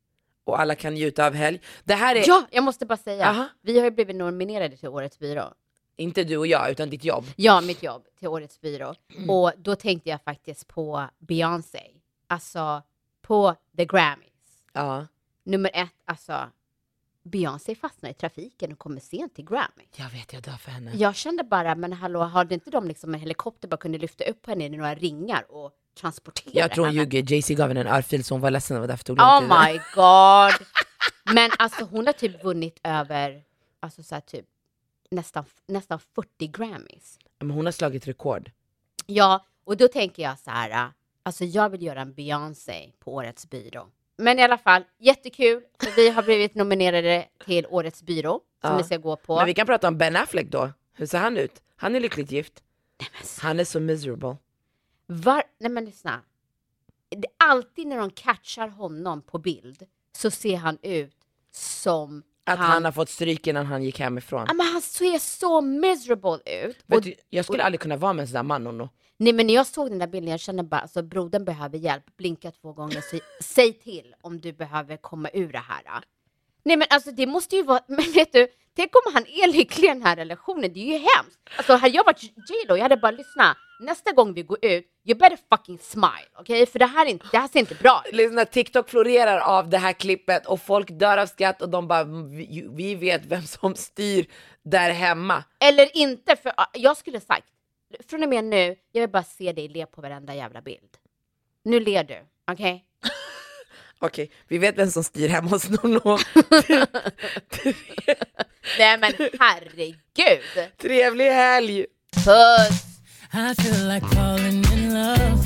Och alla kan njuta av helg. Det här är... Ja, jag måste bara säga. Aha. Vi har ju blivit nominerade till Årets byrå. Inte du och jag, utan ditt jobb. Ja, mitt jobb till Årets byrå. Mm. Och då tänkte jag faktiskt på Beyoncé. Alltså, på The Grammys. Ja. Nummer ett, alltså, Beyoncé fastnar i trafiken och kommer sent till Grammy. Jag vet, jag dör för henne. Jag kände bara, men hallå, hade inte de liksom en helikopter bara kunde lyfta upp henne i några ringar och transportera Jag tror hon henne? ljuger. Jay-Z gav henne en örfil så hon var ledsen och därför tog Oh my god. Men alltså hon har typ vunnit över, alltså så här typ nästan, nästan fyrtio Grammys. Men hon har slagit rekord. Ja, och då tänker jag så här, alltså jag vill göra en Beyoncé på Årets byrå. Men i alla fall, jättekul. För vi har blivit nominerade till Årets byrå som ja. vi ska gå på. Men vi kan prata om Ben Affleck då. Hur ser han ut? Han är lyckligt gift. Nej, men så... Han är så miserable. Var... Nej men lyssna. Det, alltid när de catchar honom på bild så ser han ut som att han, han har fått stryk innan han gick hemifrån. Ja, men han ser så miserable ut. Vet och, du, jag skulle och... aldrig kunna vara med en sån där man och no. Nej, men när jag såg den där bilden, jag kände bara, alltså brodern behöver hjälp. Blinka två gånger, säg, säg till om du behöver komma ur det här. Nej, men alltså det måste ju vara, men vet du, tänk om han är lycklig i den här relationen, det är ju hemskt. Alltså hade jag varit J-Lo, jag hade bara lyssnat. Nästa gång vi går ut, you better fucking smile, okej? Okay? För det här, är inte, det här ser inte bra ut. Lyssna, TikTok florerar av det här klippet och folk dör av skratt och de bara, vi, vi vet vem som styr där hemma. Eller inte, för jag skulle sagt, från och med nu, jag vill bara se dig le på varenda jävla bild. Nu ler du, okej? Okay? Okej, okay, vi vet vem som styr hemma hos Nono. Nej men herregud. Trevlig helg. Puss. I feel like falling in love.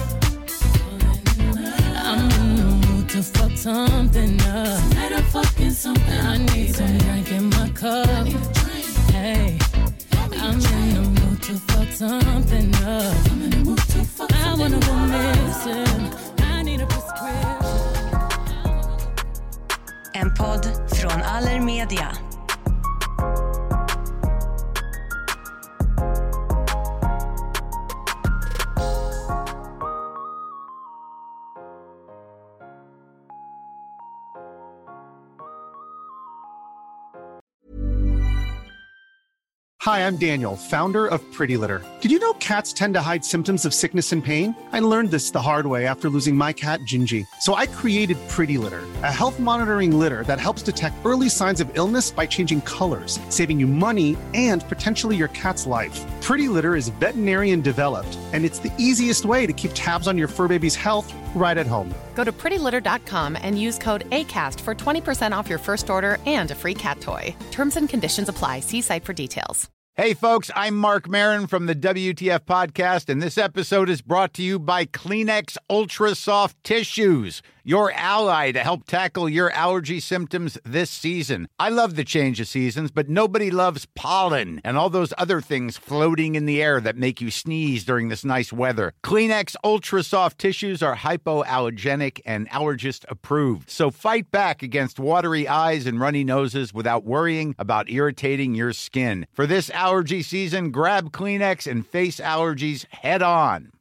I'm in the mood to fuck something up. Tonight I'm fucking something. I need some drink in my cup. Hey, I'm in the mood to fuck something up. I'm in the mood to fuck something up. I wanna go missing. I need a prescription. En podd från Allermedia. Hi, I'm Daniel, founder of Pretty Litter. Did you know cats tend to hide symptoms of sickness and pain? I learned this the hard way after losing my cat, Gingy. So I created Pretty Litter, a health monitoring litter that helps detect early signs of illness by changing colors, saving you money and potentially your cat's life. Pretty Litter is veterinarian developed, and it's the easiest way to keep tabs on your fur baby's health right at home. Go to pretty litter dot com and use code ACAST for twenty percent off your first order and a free cat toy. Terms and conditions apply. See site for details. Hey, folks, I'm Mark Maron from the W T F Podcast, and this episode is brought to you by Kleenex Ultra Soft Tissues, your ally to help tackle your allergy symptoms this season. I love the change of seasons, but nobody loves pollen and all those other things floating in the air that make you sneeze during this nice weather. Kleenex Ultra Soft Tissues are hypoallergenic and allergist approved, so fight back against watery eyes and runny noses without worrying about irritating your skin. For this allergy season, grab Kleenex and face allergies head on.